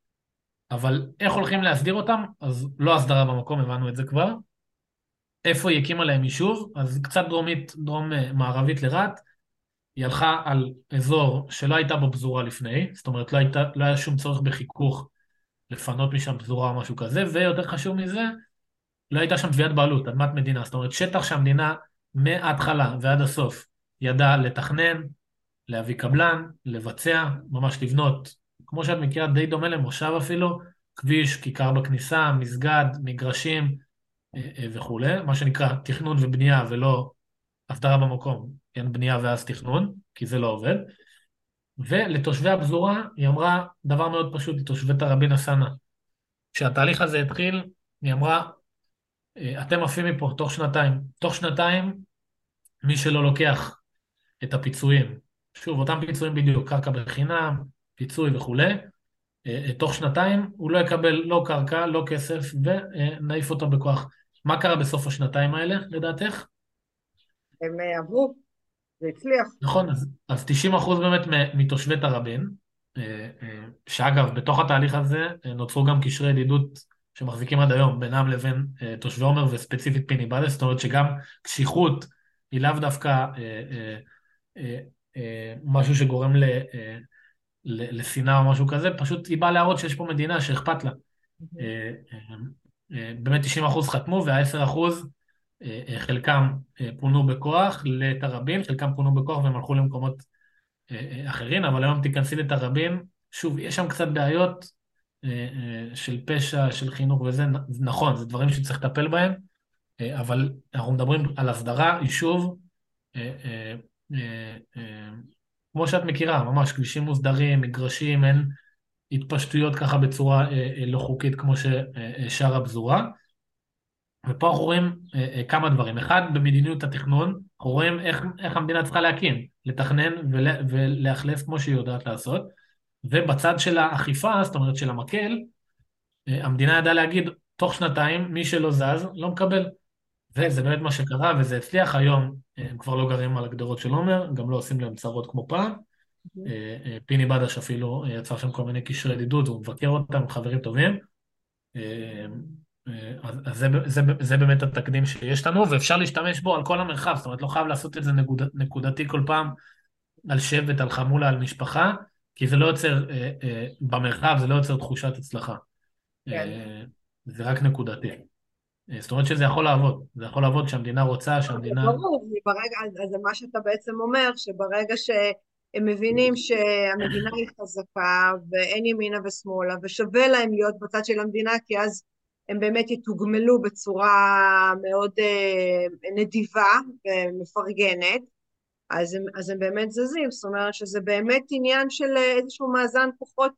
אבל איך הולכים להסדיר אותם? אז לא הסדרה במקום, הבנו את זה כבר. איפה היא הקימה להם יישוב? אז קצת דרום מערבית לרהט. היא הלכה על אזור שלא הייתה בו פזורה לפני, זאת אומרת לא היה שום צורך בחיכוך לפנות משם פזורה או משהו כזה, ויותר חשוב מזה, לא הייתה שם תביעת בעלות, אדמת מדינה, זאת אומרת שטח שהמדינה מההתחלה ועד הסוף ידעה לתכנן, להביא קבלן, לבצע, ממש לבנות, כמו שאת מכירה די דומה למושב אפילו, כביש, כיכר בכניסה, מסגד, מגרשים וכולי, מה שנקרא תכנון ובנייה ולא הסדרה במקום, כן, בנייה ואז תכנון, כי זה לא עובד. ולתושבי הפזורה היא אמרה דבר מאוד פשוט, לתושבי תראבין א-סאנע. כשהתהליך הזה התחיל, היא אמרה, אתם עפים מפה תוך שנתיים. תוך שנתיים, מי שלא לוקח את הפיצויים, שוב, אותם פיצויים בדיוק, קרקע בחינם, פיצוי וכולי, תוך שנתיים הוא לא יקבל לא קרקע, לא כסף, ונעיף אותו בכוח. מה קרה בסוף השנתיים האלה, לדעתך? הם עברו, זה הצליח. נכון, אז 90% באמת מתושבי תראבין, שאגב, בתוך התהליך הזה נוצרו גם קשרי ידידות שמחזיקים עד היום בינם לבין תושבי עומר וספציפית פיני בדש, זאת אומרת שגם קשיחות היא לאו דווקא משהו שגורם לשנאה או משהו כזה, פשוט היא באה להראות שיש פה מדינה שאכפת לה. באמת 90% חתמו וה-10% חלקם פונו בכוח לתראבין, חלקם פונו בכוח והם הלכו למקומות אחרים, אבל היום תיכנסי לתראבין, שוב, יש שם קצת בעיות של פשע, של חינוך וזה, נכון, זה דברים שצריך לטפל בהם, אבל אנחנו מדברים על הסדרה, יישוב, כמו שאת מכירה, ממש כבישים מוסדרים, מגרשים, אין התפשטויות ככה בצורה לא חוקית כמו ששאר הפזורה. ופה אנחנו רואים כמה דברים. אחד, במדיניות התכנון, אנחנו רואים איך המדינה צריכה להקים, לתכנן ולאכלס כמו שהיא יודעת לעשות. ובצד של האכיפה, זאת אומרת של המקל, המדינה ידעה להגיד, תוך שנתיים, מי שלא זז, לא מקבל. וזה באמת מה שקרה, וזה הצליח. היום הם כבר לא גרים על הגדרות של עומר, גם לא עושים להם צרות כמו פעם. פיני בדש אפילו יצר שם כל מיני קשרי ידידות, והוא מבקר אותם, חברים טובים. אז זה באמת התקדים שיש לנו, ואפשר להשתמש בו על כל המרחב, זאת אומרת, לא חייב לעשות את זה נקודתי כל פעם על שבט, על חמולה, על משפחה, כי זה לא יוצר, במרחב זה לא יוצר תחושת הצלחה. כן. זה רק נקודתי. זאת אומרת שזה יכול לעבוד, זה יכול לעבוד כשהמדינה רוצה, זה שהמדינה... ברור, אז זה מה שאתה בעצם אומר, שברגע שהם מבינים שהמדינה היא חזקה ואין ימינה ושמאלה, ושווה להם להיות בצד של המדינה, כי אז הם באמת יתוגמלו בצורה מאוד נדיבה ומפרגנת, אז הם באמת זזים. זאת אומרת שזה באמת עניין של איזשהו מאזן כוחות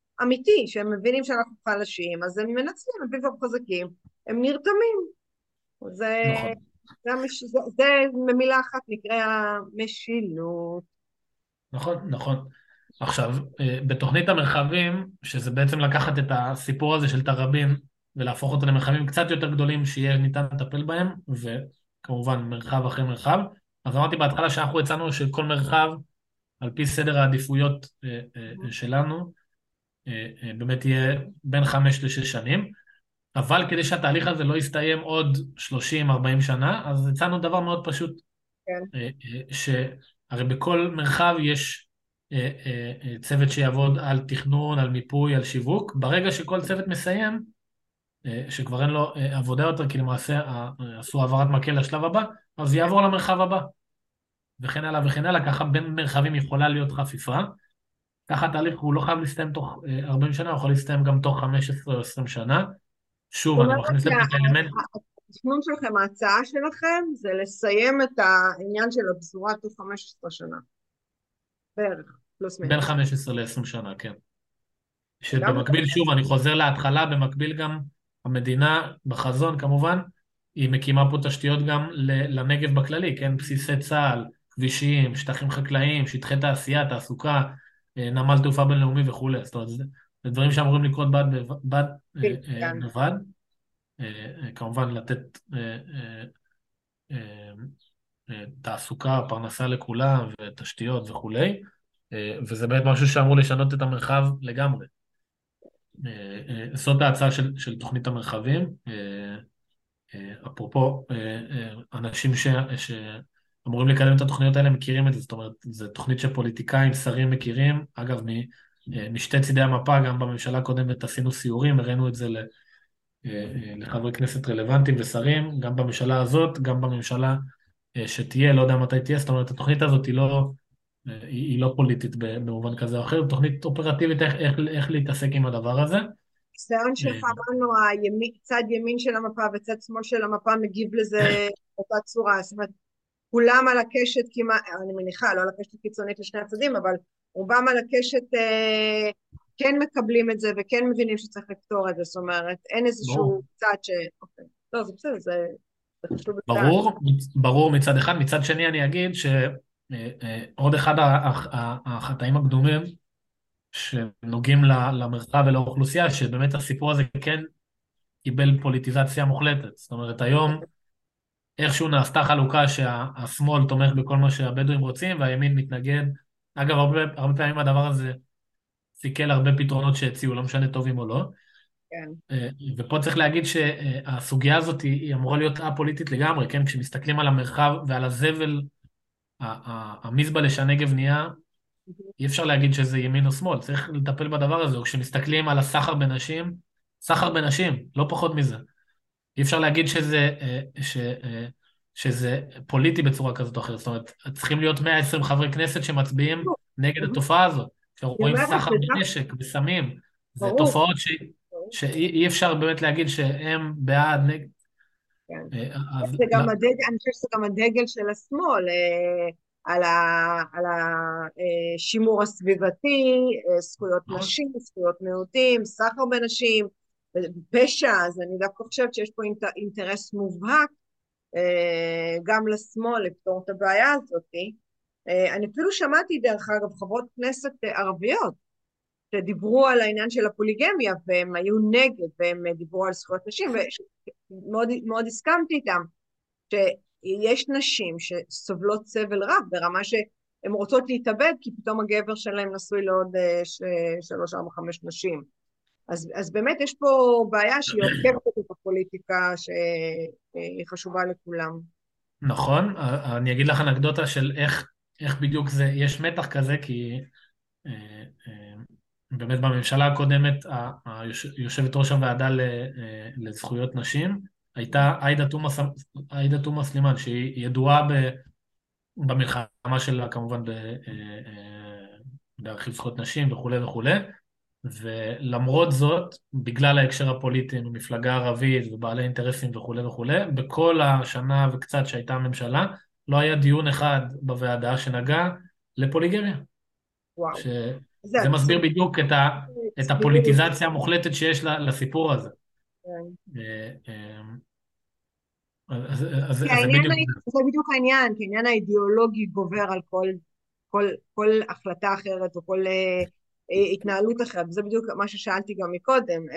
אמיתי, שהם מבינים שאנחנו חלשים, אז הם מנצלים, הם פתאום חזקים, הם נרתמים. זה, נכון. זה במילה אחת נקרא משילות. נכון, נכון. עכשיו, בתוכנית המרחבים, שזה בעצם לקחת את הסיפור הזה של תראבין ולהפוך אותו למרחבים קצת יותר גדולים שיהיה ניתן לטפל בהם, וכמובן מרחב אחרי מרחב. אז אמרתי בהתחלה שאנחנו הצענו שכל מרחב, על פי סדר העדיפויות שלנו, באמת יהיה בין 5 ל 6 שנים, אבל כדי שהתהליך הזה לא יסתיים עוד 30-40 שנה, אז הצענו דבר מאוד פשוט, כן. שהרי בכל מרחב יש צוות שיעבוד על תכנון, על מיפוי, על שיווק. ברגע שכל צוות מסיים, שכבר אין לו עבודה יותר, כי למעשה עשו העברת מקל לשלב הבא, אז יעבור למרחב הבא, וכן הלאה וכן הלאה. ככה בין מרחבים יכולה להיות חפיפה. ככה התהליך הוא לא חייב להסתיים תוך 40 שנה, הוא יכול להסתיים גם תוך 15 או 20 שנה. זאת שוב, אני אומרת מכניס לפה את האלמנט. שהתכנון שלכם, ההצעה שלכם, זה לסיים את העניין של הפזורה תוך 15 שנה, בערך, פלוס בין מינוס. 15 ל-20 שנה, כן. גם שבמקביל, שוב, אני חוזר להתחלה, במקביל גם המדינה, בחזון כמובן, היא מקימה פה תשתיות גם לנגב בכללי, כן? בסיסי צה"ל, כבישים, שטחים חקלאיים, שטחי תעשייה, תעסוקה, נמל תעופה בינלאומי וכולי. זאת אומרת, זה דברים שאמורים לקרות בד כן. בבד. כמובן לתת אה, תעסוקה, פרנסה לכולם ותשתיות וכולי, וזה באמת משהו שאמור לשנות את המרחב לגמרי. זאת ההצעה של תוכנית המרחבים. אפרופו, אנשים שאמורים לקדם את התוכניות האלה מכירים את זה, זאת אומרת, זו תוכנית שפוליטיקאים, שרים מכירים. אגב, משתי צידי המפה, גם בממשלה הקודמת עשינו סיורים, הראינו את זה לחברי כנסת רלוונטיים ושרים, גם בממשלה הזאת, גם בממשלה שתהיה, לא יודע מתי תהיה. זאת אומרת, התוכנית הזאת היא לא פוליטית במובן כזה או אחר, תוכנית אופרטיבית איך להתעסק עם הדבר הזה. הניסיון שלך, אמרנו, צד ימין של המפה וצד שמאל של המפה מגיב לזה באותה צורה, זאת אומרת, כולם על הקשת כמעט, אני מניחה, לא על הקשת הקיצונית לשני הצדדים, אבל רובם על הקשת כן מקבלים את זה וכן מבינים שצריך לפתור את זה, זאת אומרת, אין ברור. איזשהו צד אוקיי. לא, זה בסדר, זה חשוב לדעת. ברור מצד אחד. מצד שני אני אגיד שעוד אחד החטאים הקדומים שנוגעים למרחב ולאוכלוסייה, שבאמת הסיפור הזה כן קיבל פוליטיזציה מוחלטת. זאת אומרת, היום איכשהו נעשתה חלוקה שהשמאל תומך בכל מה שהבדואים רוצים והימין מתנגד. אגב, הרבה פעמים הדבר הזה סיכל הרבה פתרונות שהציעו, לא משנה טובים או לא. כן. ופה צריך להגיד שהסוגיה הזאת היא אמורה להיות א-פוליטית לגמרי, כן? כשמסתכלים על המרחב ועל הזבל, המזבלה שהנגב נהיה, אי אפשר להגיד שזה ימין או שמאל, צריך לטפל בדבר הזה. או כשמסתכלים על הסחר בנשים, סחר בנשים, לא פחות מזה. אי אפשר להגיד שזה פוליטי בצורה כזאת או אחרת. זאת אומרת, צריכים להיות 120 חברי כנסת שמצביעים נגד התופעה הזאת. אני כשרואים אומרת, סחר זה בנשק, בסמים, זה ברור. תופעות שאי אפשר באמת להגיד שהם בעד, נגד. כן. אז זה לא, גם הדגל, אני חושבת שזה גם הדגל של השמאל, על השימור הסביבתי, זכויות נכון, נשים, זכויות מיעוטים, סחר בנשים, פשע. אז אני דווקא חושבת שיש פה אינטרס מובהק גם לשמאל לפתור את הבעיה הזאת. אני אפילו שמעתי, דרך אגב, חברות כנסת ערביות שדיברו על העניין של הפוליגמיה, והם היו נגד, והם דיברו על זכויות נשים, ומאוד מאוד הסכמתי איתם, שיש נשים שסובלות סבל רב ברמה שהן רוצות להתאבד, כי פתאום הגבר שלהם נשוי לעוד 3, 4, 5 נשים. אז באמת יש פה בעיה שהיא עוקבת את הפוליטיקה, שהיא חשובה לכולם. נכון. אני אגיד לך אנקדוטה של איך בדיוק זה, יש מתח כזה, כי אה, אה, באמת בממשלה הקודמת, יושבת ראש הוועדה לזכויות נשים, הייתה עאידה תומא סלימאן, שהיא ידועה במלחמה שלה כמובן להרחיב זכויות נשים וכולי וכולי, ולמרות זאת, בגלל ההקשר הפוליטי ממפלגה ערבית ובעלי אינטרסים וכולי וכולי, בכל השנה וקצת שהייתה הממשלה, לא היה דיון אחד בוועדה שנגע לפוליגמיה. וואו, זה שזה מסביר עצוב. בדיוק את צביעות. הפוליטיזציה המוחלטת שיש לסיפור הזה. כן. אה, אה, כי אז זה העניין, בדיוק זה בדיוק העניין, כי העניין האידיאולוגי גובר על כל החלטה אחרת או כל התנהלות אחרת. זה בדיוק מה ששאלתי גם מקודם,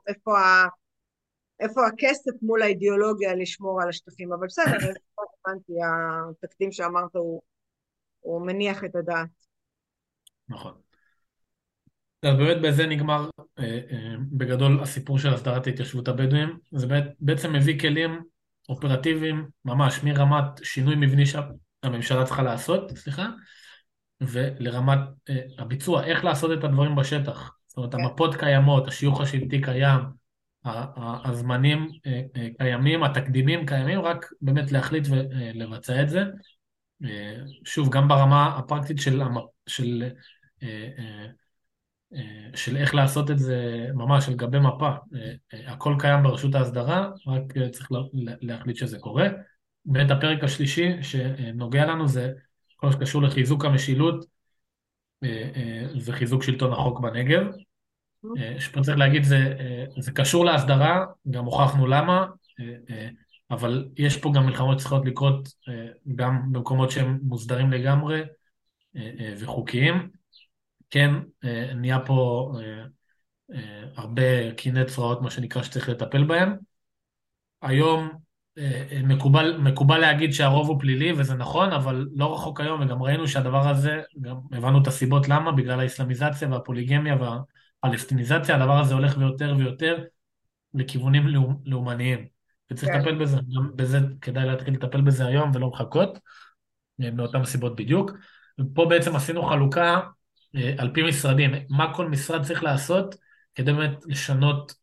איפה הכסף מול האידיאולוגיה לשמור על השטחים, אבל בסדר, הבנתי, התקדים שאמרת הוא מניח את הדעת. נכון. אז באמת בזה נגמר בגדול הסיפור של הסדרת ההתיישבות הבדואים. זה בעצם מביא כלים אופרטיביים ממש מרמת שינוי מבני שהממשלה צריכה לעשות, סליחה, ולרמת הביצוע, איך לעשות את הדברים בשטח. זאת אומרת, כן, המפות קיימות, השיוך השבטי קיים, הזמנים קיימים, התקדימים קיימים, רק באמת להחליט ולבצע את זה. שוב, גם ברמה הפרקטית אה, אה, של איך לעשות את זה ממש על גבי מפה. הכל קיים ברשות ההסדרה, רק צריך להחליט שזה קורה. באמת הפרק השלישי שנוגע לנו זה כל מה שקשור לחיזוק המשילות וחיזוק שלטון החוק בנגב. שפה צריך להגיד, זה קשור להסדרה, גם הוכחנו למה, אבל יש פה גם מלחמות שצריכות לקרות גם במקומות שהם מוסדרים לגמרי וחוקיים. כן, נהיה פה הרבה קיני צרעות, מה שנקרא, שצריך לטפל בהם. היום מקובל להגיד שהרוב הוא פלילי, וזה נכון, אבל לא רחוק היום, וגם ראינו שהדבר הזה, גם הבנו את הסיבות למה, בגלל האסלאמיזציה והפוליגמיה והפלסטיניזציה, הדבר הזה הולך ויותר ויותר לכיוונים לאומניים. וצריך כן. לטפל בזה, גם בזה כדאי להתחיל לטפל בזה היום ולא לחכות, מאותן סיבות בדיוק. ופה בעצם עשינו חלוקה על פי משרדים, מה כל משרד צריך לעשות כדי באמת לשנות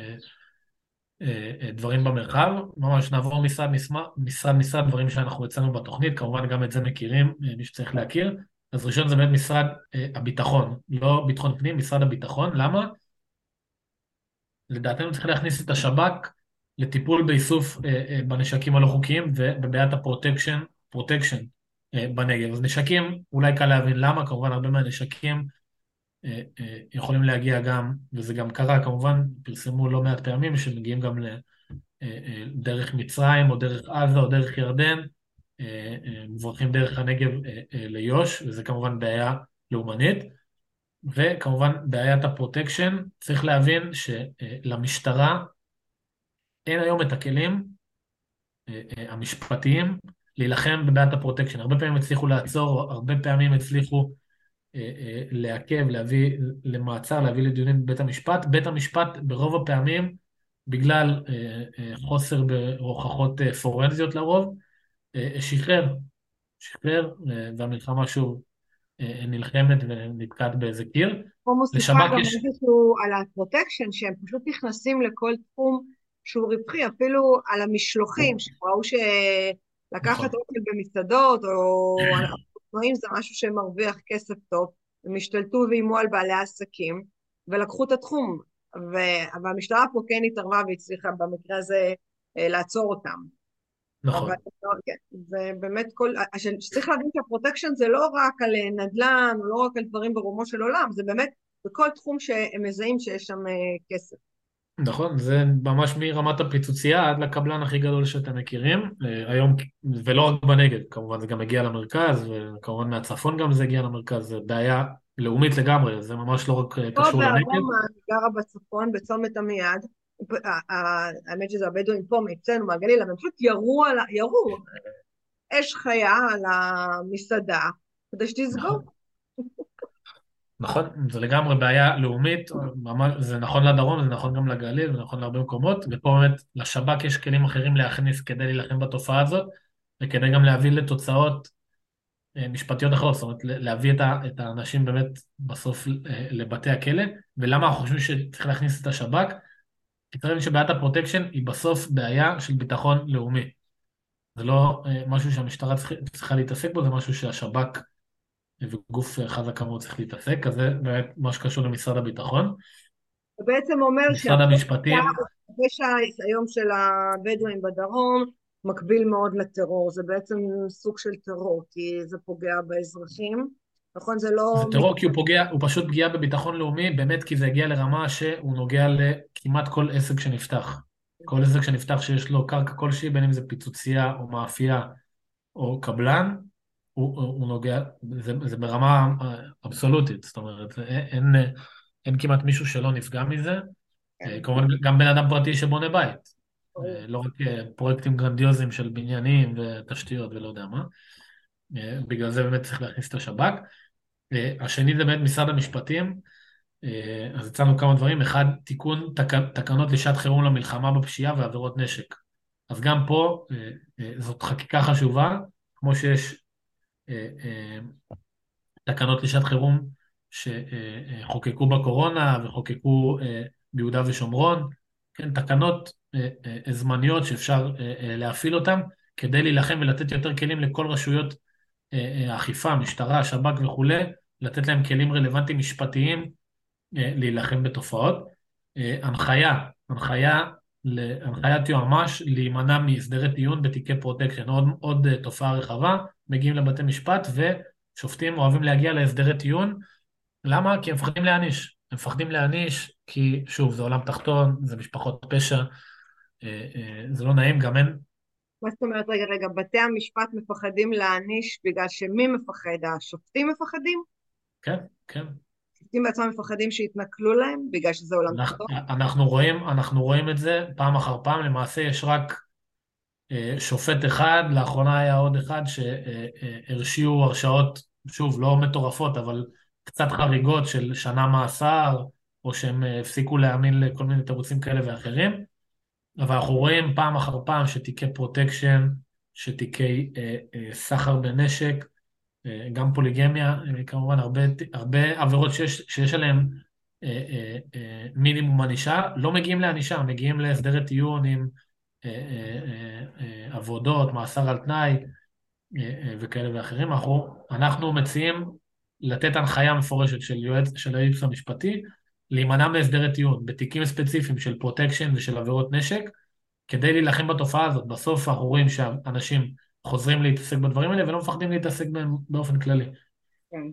דברים במרחב. ממש נעבור משרד, דברים שאנחנו הצענו בתוכנית, כמובן גם את זה מכירים, מי שצריך להכיר. אז ראשון זה באמת משרד הביטחון, לא ביטחון פנים, משרד הביטחון. למה? לדעתנו צריך להכניס את השב"כ לטיפול באיסוף בנשקים הלא חוקיים ובבעיית פרוטקשן בנגב. אז נשקים, אולי קל להבין למה, כמובן הרבה מהנשקים יכולים להגיע גם, וזה גם קרה כמובן, פרסמו לא מעט פעמים שמגיעים גם דרך מצרים או דרך עזה או דרך ירדן, מוברחים דרך הנגב ליו"ש, וזה כמובן בעיה לאומנית. וכמובן בעיית הפרוטקשן, צריך להבין שלמשטרה אין היום את הכלים המשפטיים להילחם בבעיית הפרוטקשן. הרבה פעמים הצליחו לעצור, הרבה פעמים הצליחו לעכב, להביא למעצר, להביא לדיונים בבית המשפט. בית המשפט ברוב הפעמים, בגלל חוסר בהוכחות פורנזיות לרוב, שחרר, והמלחמה שוב נלחמת ונתקעת באיזה קיר. פה מוסיפה לשב"כ גם יש... איזשהו על הפרוטקשן, שהם פשוט נכנסים לכל תחום שהוא רווחי, אפילו על המשלוחים, שראו שלקחת נכון, אוכל במסעדות או על אופנועים זה משהו שמרוויח כסף טוב, הם השתלטו ואיימו על בעלי העסקים ולקחו את התחום, והמשטרה פה כן התערבה והצליחה במקרה הזה לעצור אותם. אבל נכון. כן, זה באמת שצריך להבין שהפרוטקשן זה לא רק על נדל"ן, או לא רק על דברים ברומו של עולם, זה באמת בכל תחום שהם מזהים שיש שם כסף. נכון, זה ממש מרמת הפיצוצייה עד לקבלן הכי גדול שאתם מכירים, היום, ולא רק בנגב, כמובן זה גם הגיע למרכז, וכמובן מהצפון גם זה הגיע למרכז, זה בעיה לאומית לגמרי, זה ממש לא רק פה קשור לנגב. בארומה, אני גרה בצפון, בצומת עמיעד, האמת שזה הבדואים פה מאצלנו, מהגליל, אבל הם פשוט ירו אש חיה על המסעדה, כדי שתסגור. נכון, נכון, זה לגמרי בעיה לאומית, ממש, זה נכון לדרום, זה נכון גם לגליל, זה נכון להרבה מקומות, ופה באמת לשב"כ יש כלים אחרים להכניס כדי להילחם בתופעה הזאת, וכדי גם להביא לתוצאות משפטיות אחרות, זאת אומרת להביא את האנשים באמת בסוף לבתי הכלא. ולמה אנחנו חושבים שצריך להכניס את השב"כ? כי צריך להבין שבעיית הפרוטקשן היא בסוף בעיה של ביטחון לאומי. זה לא משהו שהמשטרה צריכה להתעסק בו, זה משהו שהשב"כ וגוף חזק כמוהו צריך להתעסק, אז זה באמת מה שקשור למשרד הביטחון. זה בעצם אומר משרד המשפטים, שהפשע היום של הבדואים בדרום מקביל מאוד לטרור, זה בעצם סוג של טרור, כי זה פוגע באזרחים, נכון? זה זה לא... טרור כי הוא פשוט פגיעה בביטחון לאומי, באמת כי זה הגיע לרמה שהוא נוגע לכמעט כל עסק שנפתח. כל עסק שנפתח שיש לו קרקע כלשהי, בין אם זה פיצוצייה או מאפייה או קבלן, הוא נוגע, זה ברמה אבסולוטית, זאת אומרת, אין כמעט מישהו שלא נפגע מזה. כן, כמובן גם בן אדם פרטי שבונה בית, ברור. לא רק פרויקטים גרנדיוזיים של בניינים ותשתיות ולא יודע מה. בגלל זה באמת צריך להכניס את השב"כ. השני זה באמת משרד המשפטים. אז הצענו כמה דברים. אחד, תיקון תקנות לשעת חירום למלחמה בפשיעה ועבירות נשק. אז גם פה זאת חקיקה חשובה, כמו שיש אה, תקנות לשעת חירום שחוקקו בקורונה וחוקקו ביהודה ושומרון, כן, תקנות זמניות שאפשר להפעיל אותן כדי להילחם ולתת יותר כלים לכל רשויות האכיפה, משטרה, שב"כ וכולי, לתת להם כלים רלוונטיים משפטיים להילחם בתופעות. הנחיית יועמ"ש להימנע מהסדרי טיעון בתיקי פרוטקשן, עוד תופעה רחבה, מגיעים לבתי משפט ושופטים אוהבים להגיע להסדרי טיעון. למה? כי הם מפחדים להעניש. הם מפחדים להעניש כי, שוב, זה עולם תחתון, זה משפחות פשע, זה לא נעים, גם אין... מה זאת אומרת, רגע, רגע, בתי המשפט מפחדים להעניש בגלל שמי מפחד? השופטים מפחדים? כן, כן. השופטים בעצמם מפחדים שיתנכלו להם בגלל שזה עולם תחתון? אנחנו רואים את זה פעם אחר פעם. למעשה יש רק שופט אחד, לאחרונה היה עוד אחד שהרשיעו הרשעות, שוב, לא מטורפות, אבל קצת חריגות של שנה מאסר, או שהם הפסיקו להאמין לכל מיני תירוצים כאלה ואחרים. אבל אנחנו רואים פעם אחר פעם שתיקי פרוטקשן, שתיקי סחר בנשק, גם פוליגמיה, כמובן הרבה עבירות שיש עליהן מינימום ענישה, לא מגיעים לענישה, מגיעים להסדרי טיעון עם עבודות, מאסר על תנאי וכאלה ואחרים. אנחנו מציעים לתת הנחיה מפורשת של היועץ המשפטי, להימנע מהסדרי טיעון בתיקים ספציפיים של פרוטקשן ושל עבירות נשק, כדי להילחם בתופעה הזאת. בסוף אנחנו רואים שאנשים חוזרים להתעסק בדברים האלה ולא מפחדים להתעסק בהם באופן כללי. כן.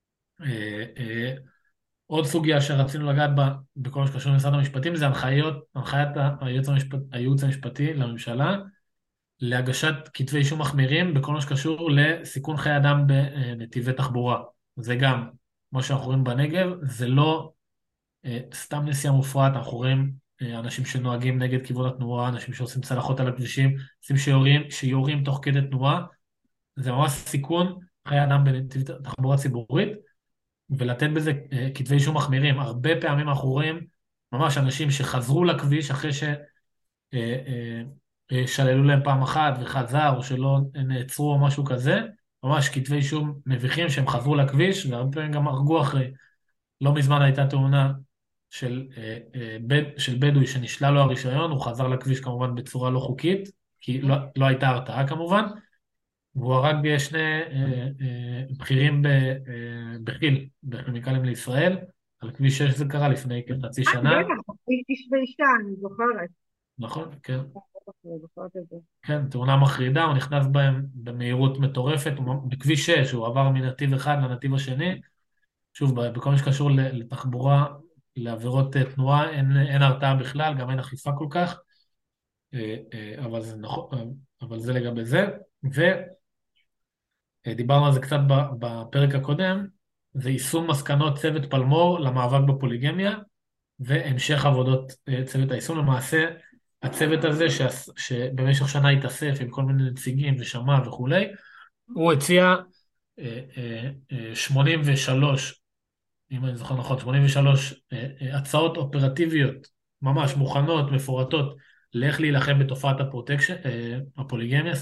עוד סוגיה שרצינו לגעת בה בכל מה שקשור למשרד המשפטים זה הנחיית הייעוץ המשפטי לממשלה להגשת כתבי אישום מחמירים בכל מה שקשור לסיכון חיי אדם בנתיבי תחבורה. זה גם, כמו שאנחנו רואים בנגב, זה לא סתם נסיעה מופרעת, אנחנו רואים אנשים שנוהגים נגד כיוון התנועה, אנשים שעושים צלחות על הכבישים, אנשים שיורים תוך כדי תנועה, זה ממש סיכון חיי אדם בנתיב תחבורה ציבורית, ולתת בזה כתבי אישום מחמירים. הרבה פעמים אנחנו רואים ממש אנשים שחזרו לכביש אחרי ששללו להם פעם אחת וחזר, או שלא נעצרו או משהו כזה, ממש כתבי אישום מביכים שהם חזרו לכביש, והרבה פעמים גם הרגו אחרי. לא מזמן הייתה תאונה של בדואי שנשלל לו הרישיון, הוא חזר לכביש כמובן בצורה לא חוקית, כי לא הייתה הרתעה כמובן, והוא הרג שני בכירים בכי"ל, בכימיקלים לישראל, על כביש 6 זה קרה לפני כחצי שנה. בטח, איש ואישה, אני זוכרת. נכון, כן. אני זוכרת את זה. כן, תאונה מחרידה, הוא נכנס בהם במהירות מטורפת, בכביש 6, הוא עבר מנתיב אחד לנתיב השני. שוב, בכל מה שקשור לתחבורה, לעבירות תנועה, אין הרתעה בכלל, גם אין אכיפה כל כך, אבל זה נכון, אבל זה לגבי זה. ודיברנו על זה קצת בפרק הקודם, זה יישום מסקנות צוות פלמור למאבק בפוליגמיה, והמשך עבודות צוות היישום. למעשה, הצוות הזה שבמשך שנה התאסף עם כל מיני נציגים ושמע וכולי, הוא הציע 83, אם אני זוכר נכון, 83 הצעות אופרטיביות, ממש מוכנות, מפורטות, לאיך להילחם בתופעת הפוליגמיה,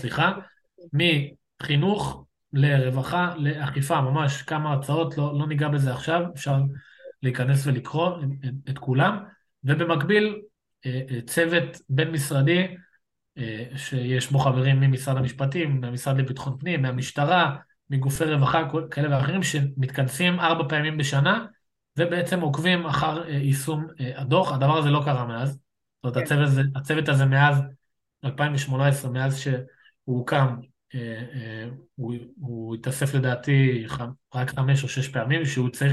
מחינוך לרווחה, לאכיפה, ממש כמה הצעות, לא ניגע בזה עכשיו, אפשר להיכנס ולקרוא את כולם, ובמקביל צוות בין-משרדי, שיש בו חברים ממשרד המשפטים, מהמשרד לביטחון פנים, מהמשטרה, מגופי רווחה כאלה ואחרים, שמתכנסים 4 פעמים בשנה, ובעצם עוקבים אחר יישום הדוח. הדבר הזה לא קרה מאז. זאת אומרת, הצוות הזה מאז 2018, מאז שהוא הוקם, הוא התאסף לדעתי רק 5 או 6 פעמים, שהוא צריך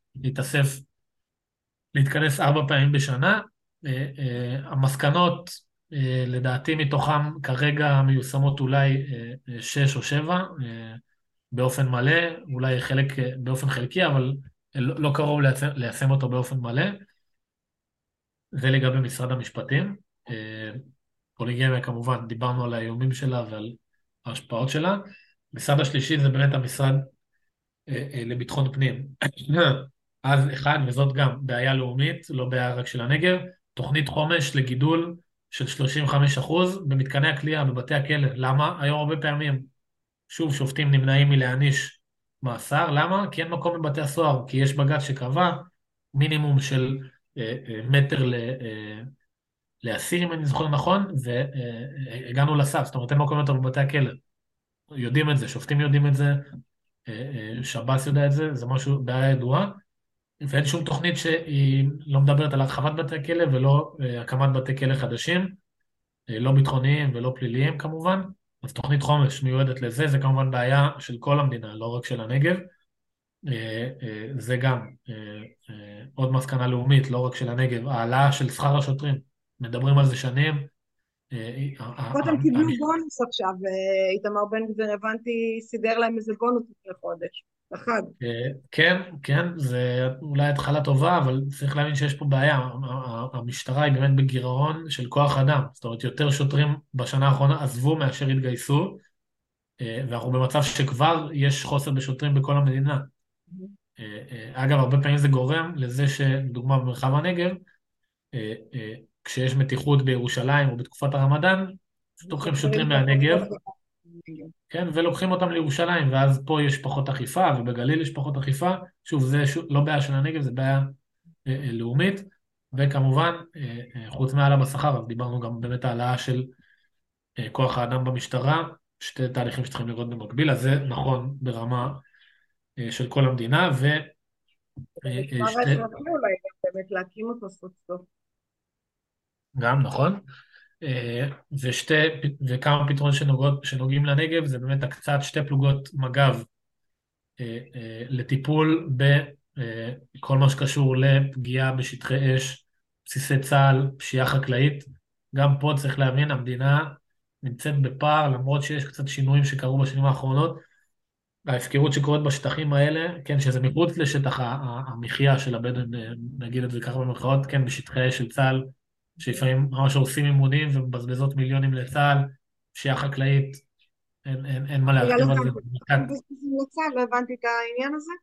להתכנס 4 פעמים בשנה. המסקנות לדעתי מתוכם כרגע מיושמות אולי 6 או 7 באופן מלא, אולי חלק באופן חלקי, אבל לא קרוב ליישם אותו באופן מלא. זה לגבי משרד המשפטים. פוליגמיה כמובן, דיברנו על האיומים שלה ועל ההשפעות שלה. המשרד השלישי זה באמת המשרד לביטחון פנים. אז אחד, וזאת גם בעיה לאומית, לא בעיה רק של הנגב, תוכנית חומש לגידול של 35% במתקני הכליאה, בבתי הכלא. למה? היום הרבה פעמים, שוב, שופטים נמנעים מלהעניש מאסר. למה? כי אין מקום בבתי הסוהר, כי יש בג"ץ שקבע מינימום של מטר לאסיר, אם אני זוכר נכון, והגענו לסף, זאת אומרת, אין מקום יותר בבתי הכלא. יודעים את זה, שופטים יודעים את זה, שב"ס יודע את זה, זה משהו, בעיה ידועה, ואין שום תוכנית שהיא לא מדברת על הרחבת בתי הכלא ולא הקמת בתי כלא חדשים, לא ביטחוניים ולא פליליים כמובן, אז תוכנית חומש מיועדת לזה, זה כמובן בעיה של כל המדינה, לא רק של הנגב, זה גם עוד מסקנה לאומית, לא רק של הנגב, העלאה של שכר השוטרים, מדברים על זה שנים. לפחות הם קיבלו בונוס עכשיו, איתמר בן גביר הבנתי, סידר להם איזה בונוס לפני חודש, לחג. כן, כן, זה אולי התחלה טובה, אבל צריך להבין שיש פה בעיה. המשטרה היא באמת בגירעון של כוח אדם. זאת אומרת, יותר שוטרים בשנה האחרונה עזבו מאשר התגייסו, ואנחנו במצב שכבר יש חוסר בשוטרים בכל המדינה. אגב, הרבה פעמים זה גורם לזה שדוגמה במרחב הנגב, כשיש מתיחות בירושלים או בתקופת הרמדאן, לוקחים שוטרים מהנגב, כן, ולוקחים אותם לירושלים, ואז פה יש פחות אכיפה, ובגליל יש פחות אכיפה. שוב, זה לא בעיה של הנגב, זה בעיה לאומית, וכמובן, חוץ מהעלה בשכר, אז דיברנו גם באמת העלאה של כוח האדם במשטרה, שתי תהליכים שצריכים לראות במקביל, אז זה נכון ברמה של כל המדינה, כבר האזרחי אולי באמת להקים אותו סוף סוף. גם נכון. וכמה פתרונות שנוגעים לנגב, זה באמת הקצת 2 פלוגות מג"ב לטיפול בכל מה שקשור לפגיעה בשטחי אש, בסיסי צה"ל, פשיעה חקלאית. גם פה צריך להבין, המדינה נמצאת בפער, למרות שיש קצת שינויים שקרו בשנים האחרונות. ההפקרות שקורית בשטחים האלה, כן, שזה מחוץ לשטח המחיה של הבדואים, נגיד את זה ככה במרכאות, כן, בשטחי אש של צה"ל, שלפעמים ממש עושים אימונים ומבזבזות מיליונים לצה"ל, פשיעה חקלאית, אין מה להרחיב על זה. לא הבנתי את העניין הזה.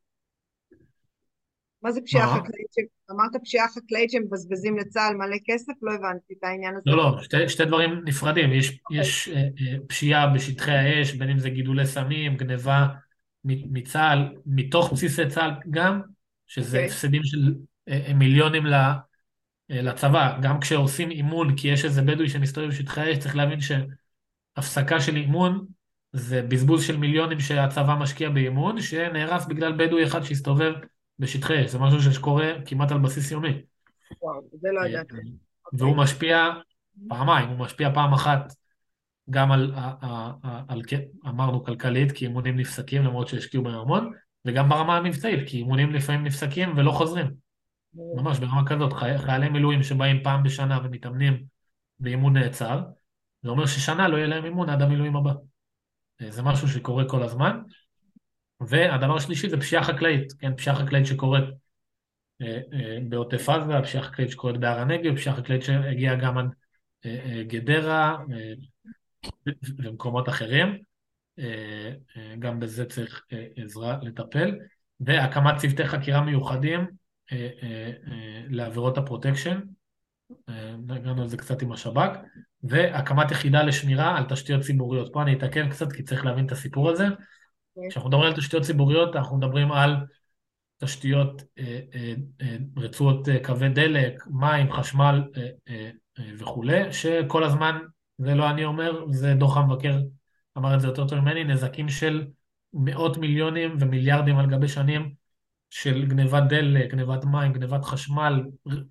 מה זה פשיעה חקלאית? אמרת פשיעה חקלאית שמבזבזים לצה"ל מלא כסף? לא הבנתי את העניין הזה. לא, שתי דברים נפרדים. יש פשיעה בשטחי האש, בין אם זה גידולי סמים, גניבה מצה"ל, מתוך בסיסי צה"ל גם, שזה הפסדים של מיליונים לצבא. גם כשעושים אימון, כי יש איזה בדואי שמסתובב בשטחי האש, צריך להבין שהפסקה של אימון זה בזבוז של מיליונים שהצבא משקיע באימון, שנהרס בגלל בדואי אחד שהסתובב בשטחי אש. זה משהו שקורה כמעט על בסיס יומי. וואו, זה לא ידעתי. והוא משפיע פעמיים, הוא משפיע פעם אחת גם על אמרנו כלכלית, כי אימונים נפסקים למרות שהשקיעו בהם המון, וגם ברמה המבצעית, כי אימונים לפעמים נפסקים ולא חוזרים. ממש ברמה כזאת, חיילי מילואים שבאים פעם בשנה ומתאמנים באימון נעצר, זה אומר ששנה לא יהיה להם אימון עד המילואים הבא. זה משהו שקורה כל הזמן. והדבר השלישי זה פשיעה חקלאית, כן, פשיעה חקלאית שקורית בעוטף עזה, פשיעה חקלאית שקורית בהר הנגב, פשיעה חקלאית שהגיעה גם עד גדרה ומקומות אחרים. גם בזה צריך עזרה לטפל. והקמת צוותי חקירה מיוחדים לעבירות הפרוטקשן, נגענו על זה קצת עם השב"כ, והקמת יחידה לשמירה על תשתיות ציבוריות. פה אני אתעכב קצת כי צריך להבין את הסיפור הזה. כשאנחנו מדברים על תשתיות ציבוריות, אנחנו מדברים על תשתיות, רצועות קווי דלק, מים, חשמל וכו', שכל הזמן, זה לא אני אומר, זה דוח המבקר אמר את זה יותר טוב ממני, נזקים של מאות מיליונים ומיליארדים על גבי שנים של גניבת דלק, גניבת מים, גניבת חשמל,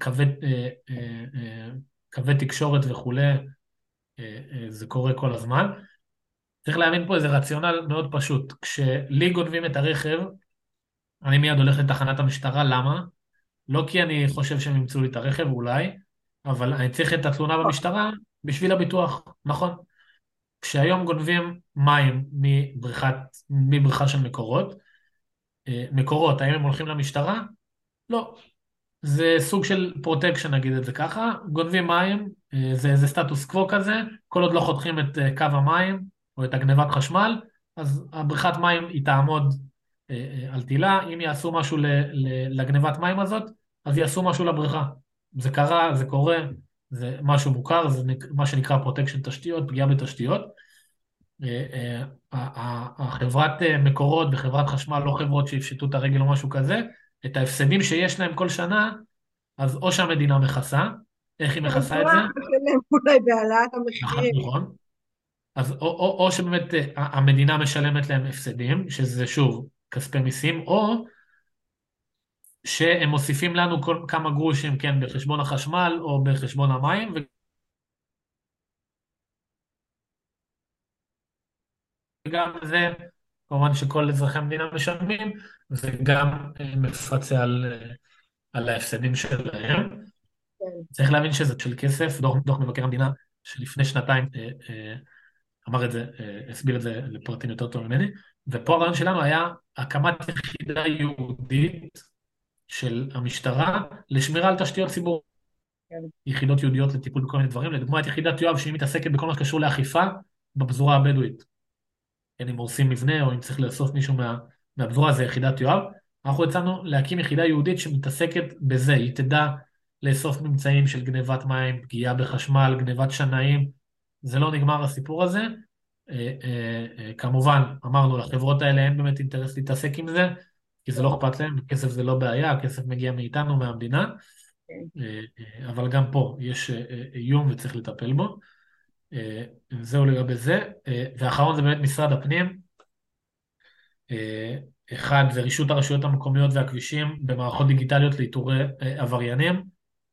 קווי תקשורת וכו', זה קורה כל הזמן. צריך להבין פה איזה רציונל מאוד פשוט. כשלי גונבים את הרכב, אני מיד הולך לתחנת המשטרה. למה? לא כי אני חושב שהם ימצאו לי את הרכב, אולי, אבל אני צריך את התלונה במשטרה, בשביל הביטוח, נכון. כשהיום גונבים מים מבריכה של מקורות, מקורות, האם הם הולכים למשטרה? לא. זה סוג של פרוטקשן, נגיד את זה ככה. גונבים מים, זה סטטוס קוו כזה, כל עוד לא חותכים את קו המים או את הגנבת חשמל, אז הבריכת מים היא תעמוד על תילה. אם יעשו משהו לגנבת מים הזאת, אז יעשו משהו לבריכה. זה קרה, זה קורה, זה משהו מוכר, זה מה שנקרא פרוטקשן תשתיות, פגיעה בתשתיות. החברת מקורות וחברת חשמל, לא חברות שיפשטו את הרגל או משהו כזה, את ההפסדים שיש להם כל שנה, אז או שהמדינה מכסה, איך היא מכסה את זה? הממשלה משלם אולי בהעלאת נכון, המחירים. נכון. אז או שבאמת המדינה משלמת להם הפסדים, שזה שוב כספי מיסים, או שהם מוסיפים לנו כמה גרושים, כן, בחשבון החשמל או בחשבון המים, וגם זה, כמובן שכל אזרחי המדינה משלמים, וגם מפצה על ההפסדים שלהם. כן, צריך להבין שזה של כסף. דוח מבקר המדינה שלפני שנתיים אמר את זה, הסביר את זה לפרטים יותר טוב ממני, ופה הרעיון שלנו היה הקמת יחידה ייעודית של המשטרה לשמירה על תשתיות ציבור, כן. יחידות ייעודיות לטיפול בכל מיני דברים, לדוגמה את יחידת יואב שהיא מתעסקת בכל מה שקשור לאכיפה בפזורה הבדואית. כן, אם הורסים מבנה או אם צריך לאסוף מישהו מהפזורה, זה יחידת יואב. אנחנו הצענו להקים יחידה ייעודית שמתעסקת בזה, היא תדע לאסוף ממצאים של גנבת מים, פגיעה בחשמל, גנבת שנאים, זה לא נגמר הסיפור הזה. כמובן, אמרנו, לחברות האלה אין באמת אינטרס להתעסק עם זה, כי זה לא אכפת להם, כסף זה לא בעיה, הכסף מגיע מאיתנו, מהמדינה, אבל גם פה יש איום וצריך לטפל בו. זהו לגבי זה. ואחרון זה באמת משרד הפנים. אחד זה רישות הרשויות המקומיות והכבישים במערכות דיגיטליות לאיתורי עבריינים,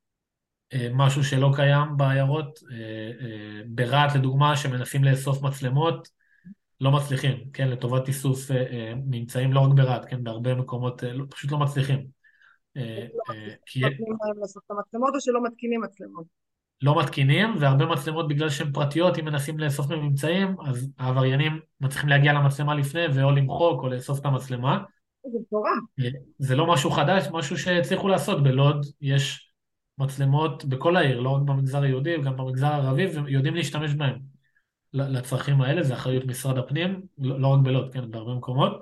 משהו שלא קיים בעיירות. ברהט לדוגמה, שמנסים לאסוף מצלמות, לא מצליחים, כן, לטובת איסוף ממצאים, לא רק ברהט, כן, בהרבה מקומות פשוט לא מצליחים. לא כי נותנים להם לעשות את המצלמות או שלא מתקינים מצלמות. לא מתקינים, והרבה מצלמות בגלל שהן פרטיות, אם מנסים לאסוף ממצאים, אז העבריינים מצליחים להגיע למצלמה לפני, ואו למחוק או לאסוף את המצלמה. זה מטורף. זה לא משהו חדש, משהו שהצליחו לעשות. בלוד יש מצלמות בכל העיר, לא רק במגזר היהודי, גם במגזר הערבי, ויודעים להשתמש בהם לצרכים האלה. זה אחריות משרד הפנים, לא רק בלוד, כן, בהרבה מקומות.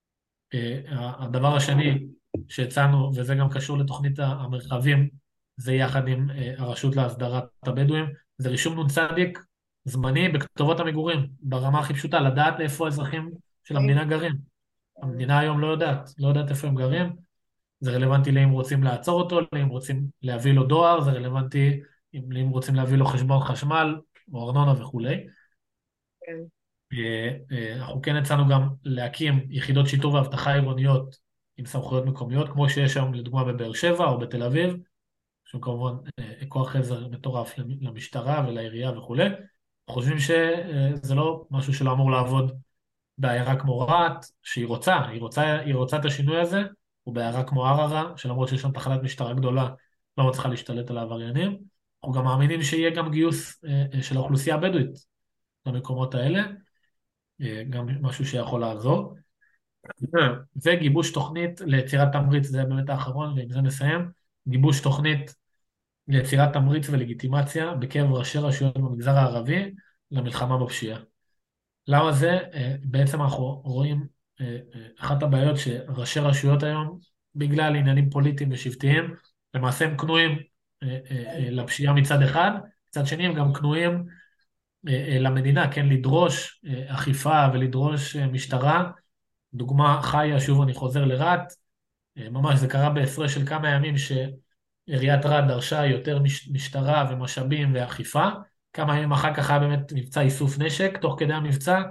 הדבר השני שהצענו, וזה גם קשור לתוכנית המרחבים, זה יחד עם הרשות להסדרת הבדואים, זה רישום נ"צ זמני בכתובות המגורים, ברמה הכי פשוטה, לדעת איפה האזרחים של המדינה גרים. המדינה היום לא יודעת איפה הם גרים. זה רלוונטי לאם רוצים לעצור אותו, לאם רוצים להביא לו דואר, זה רלוונטי אם רוצים להביא לו חשבון חשמל או ארנונה וכולי. כן. אנחנו כן הצענו גם להקים יחידות שיטור ואבטחה עירוניות עם סמכויות מקומיות, כמו שיש היום לדוגמה בבאר שבע או בתל אביב, שהוא כמובן כוח עזר מטורף למשטרה ולעירייה וכולי. חושבים שזה לא משהו שלא אמור לעבוד בעיירה כמו רהט, היא רוצה את השינוי הזה, ובעיירה כמו ערערה, שלמרות שיש שם תחנת משטרה גדולה, לא מצליחה להשתלט על העבריינים. אנחנו גם מאמינים שיהיה גם גיוס של האוכלוסייה הבדואית למקומות האלה, גם משהו שיכול לעזור. וגיבוש תוכנית ליצירת תמריץ, זה באמת האחרון, ועם זה נסיים. גיבוש תוכנית ליצירת תמריץ ולגיטימציה בקרב ראשי רשויות במגזר הערבי למלחמה בפשיעה. למה זה? בעצם אנחנו רואים אחת הבעיות שראשי רשויות היום, בגלל עניינים פוליטיים ושבטיים, למעשה הם כנועים לפשיעה מצד אחד, מצד שני הם גם כנועים למדינה, כן, לדרוש אכיפה ולדרוש משטרה. דוגמה חיה, שוב אני חוזר לרהט, ממש זה קרה בהפרש של כמה ימים שעיריית רהט דרשה יותר משטרה ומשאבים ואכיפה. כמה ימים אחר כך היה באמת מבצע איסוף נשק, תוך כדי המבצע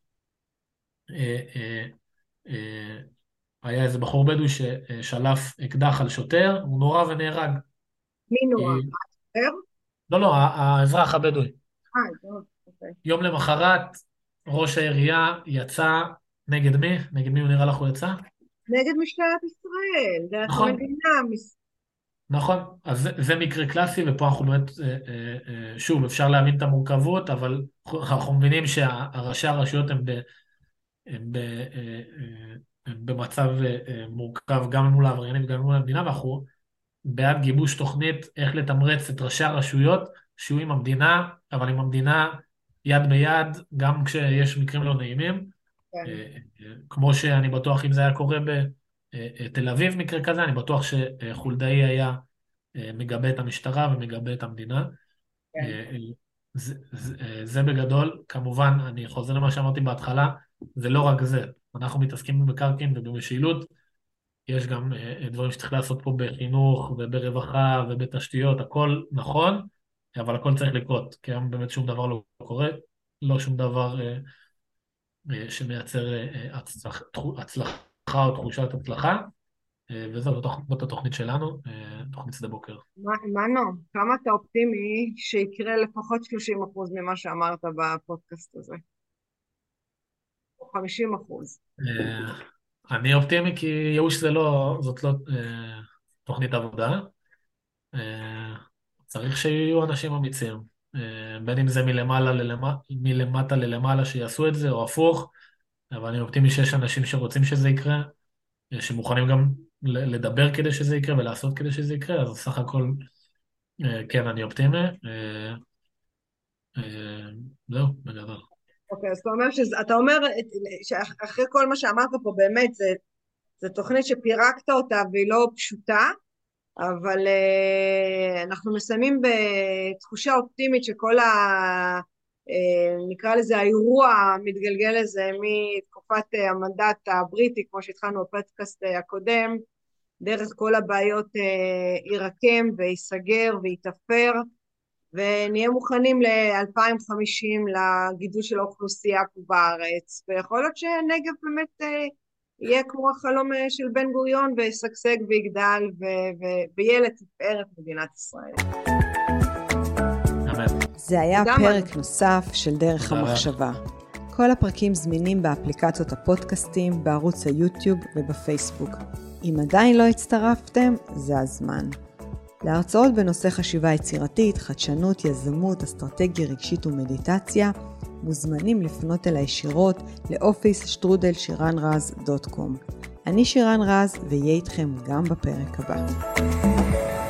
אה, היה איזה בחור בדואי ששלף אקדח על שוטר, הוא נורה ונהרג. מי נורא? אה, אחר? לא, האזרח הבדואי. טוב, אוקיי. יום למחרת ראש העירייה יצא נגד מי? נגד מי הוא נראה לך הוא יצא? נגד משטרת ישראל, דרך נכון, המדינה. נכון, אז זה מקרה קלאסי, ופה אנחנו באמת, שוב, אפשר להבין את המורכבות, אבל אנחנו מבינים שהראשי הרשויות הם הם במצב מורכב גם מול העבריינים וגם מול המדינה, ואנחנו בעד גיבוש תוכנית איך לתמרץ את ראשי הרשויות שיהיו עם המדינה, אבל עם המדינה יד ביד, גם כשיש מקרים לא נעימים, כן, כמו שאני בטוח אם זה היה קורה בתל אביב מקרה כזה, אני בטוח שחולדאי היה מגבה את המשטרה ומגבה את המדינה. כן. זה בגדול, כמובן, אני חוזר למה שאמרתי בהתחלה, זה לא רק זה, אנחנו מתעסקים במקרקעין ובמשילות, יש גם דברים שצריך לעשות פה בחינוך וברווחה ובתשתיות, הכל נכון, אבל הכל צריך לקרות, כי היום באמת שום דבר לא קורה, לא שום דבר שמייצר הצלחה או תחושת הצלחה, זאת התוכנית שלנו, תוכנית שדה בוקר. מנו, כמה אתה אופטימי שיקרה לפחות 30% ממה שאמרת בפודקאסט הזה? או 50%? אני אופטימי כי ייאוש זאת לא תוכנית עבודה. צריך שיהיו אנשים אמיצים. בין אם זה מלמטה ללמעלה שיעשו את זה, או הפוך, אבל אני אופטימי שיש אנשים שרוצים שזה יקרה, שמוכנים גם לדבר כדי שזה יקרה ולעשות כדי שזה יקרה, אז סך הכל, כן, אני אופטימי. זהו, בגדול. אוקיי, אז אתה אומר שאחרי כל מה שאמרת פה, באמת, זה תוכנית שפירקת אותה והיא לא פשוטה, אבל אנחנו מסיימים בתחושה אופטימית שכל נקרא לזה האירוע המתגלגל לזה מתקופת המנדט הבריטי, כמו שהתחלנו בפודקאסט הקודם, דרך כל הבעיות יירקם ויסגר ויתאפר, ונהיה מוכנים ל-2050 לגידול של האוכלוסייה פה בארץ, ויכול להיות שהנגב באמת יהיה כמו החלום של בן גוריון, וישגשג ויגדל, ויהיה לתפארת מדינת ישראל. זה היה פרק נוסף של דרך המחשבה. כל הפרקים זמינים באפליקציות הפודקאסטים, בערוץ היוטיוב ובפייסבוק. אם עדיין לא הצטרפתם, זה הזמן. להרצאות בנושא חשיבה יצירתית, חדשנות, יזמות, אסטרטגיה רגשית ומדיטציה, מוזמנים לפנות אליי ישירות לאופיס@shiranraz.com. אני שירן רז, ואהיה איתכם גם בפרק הבא.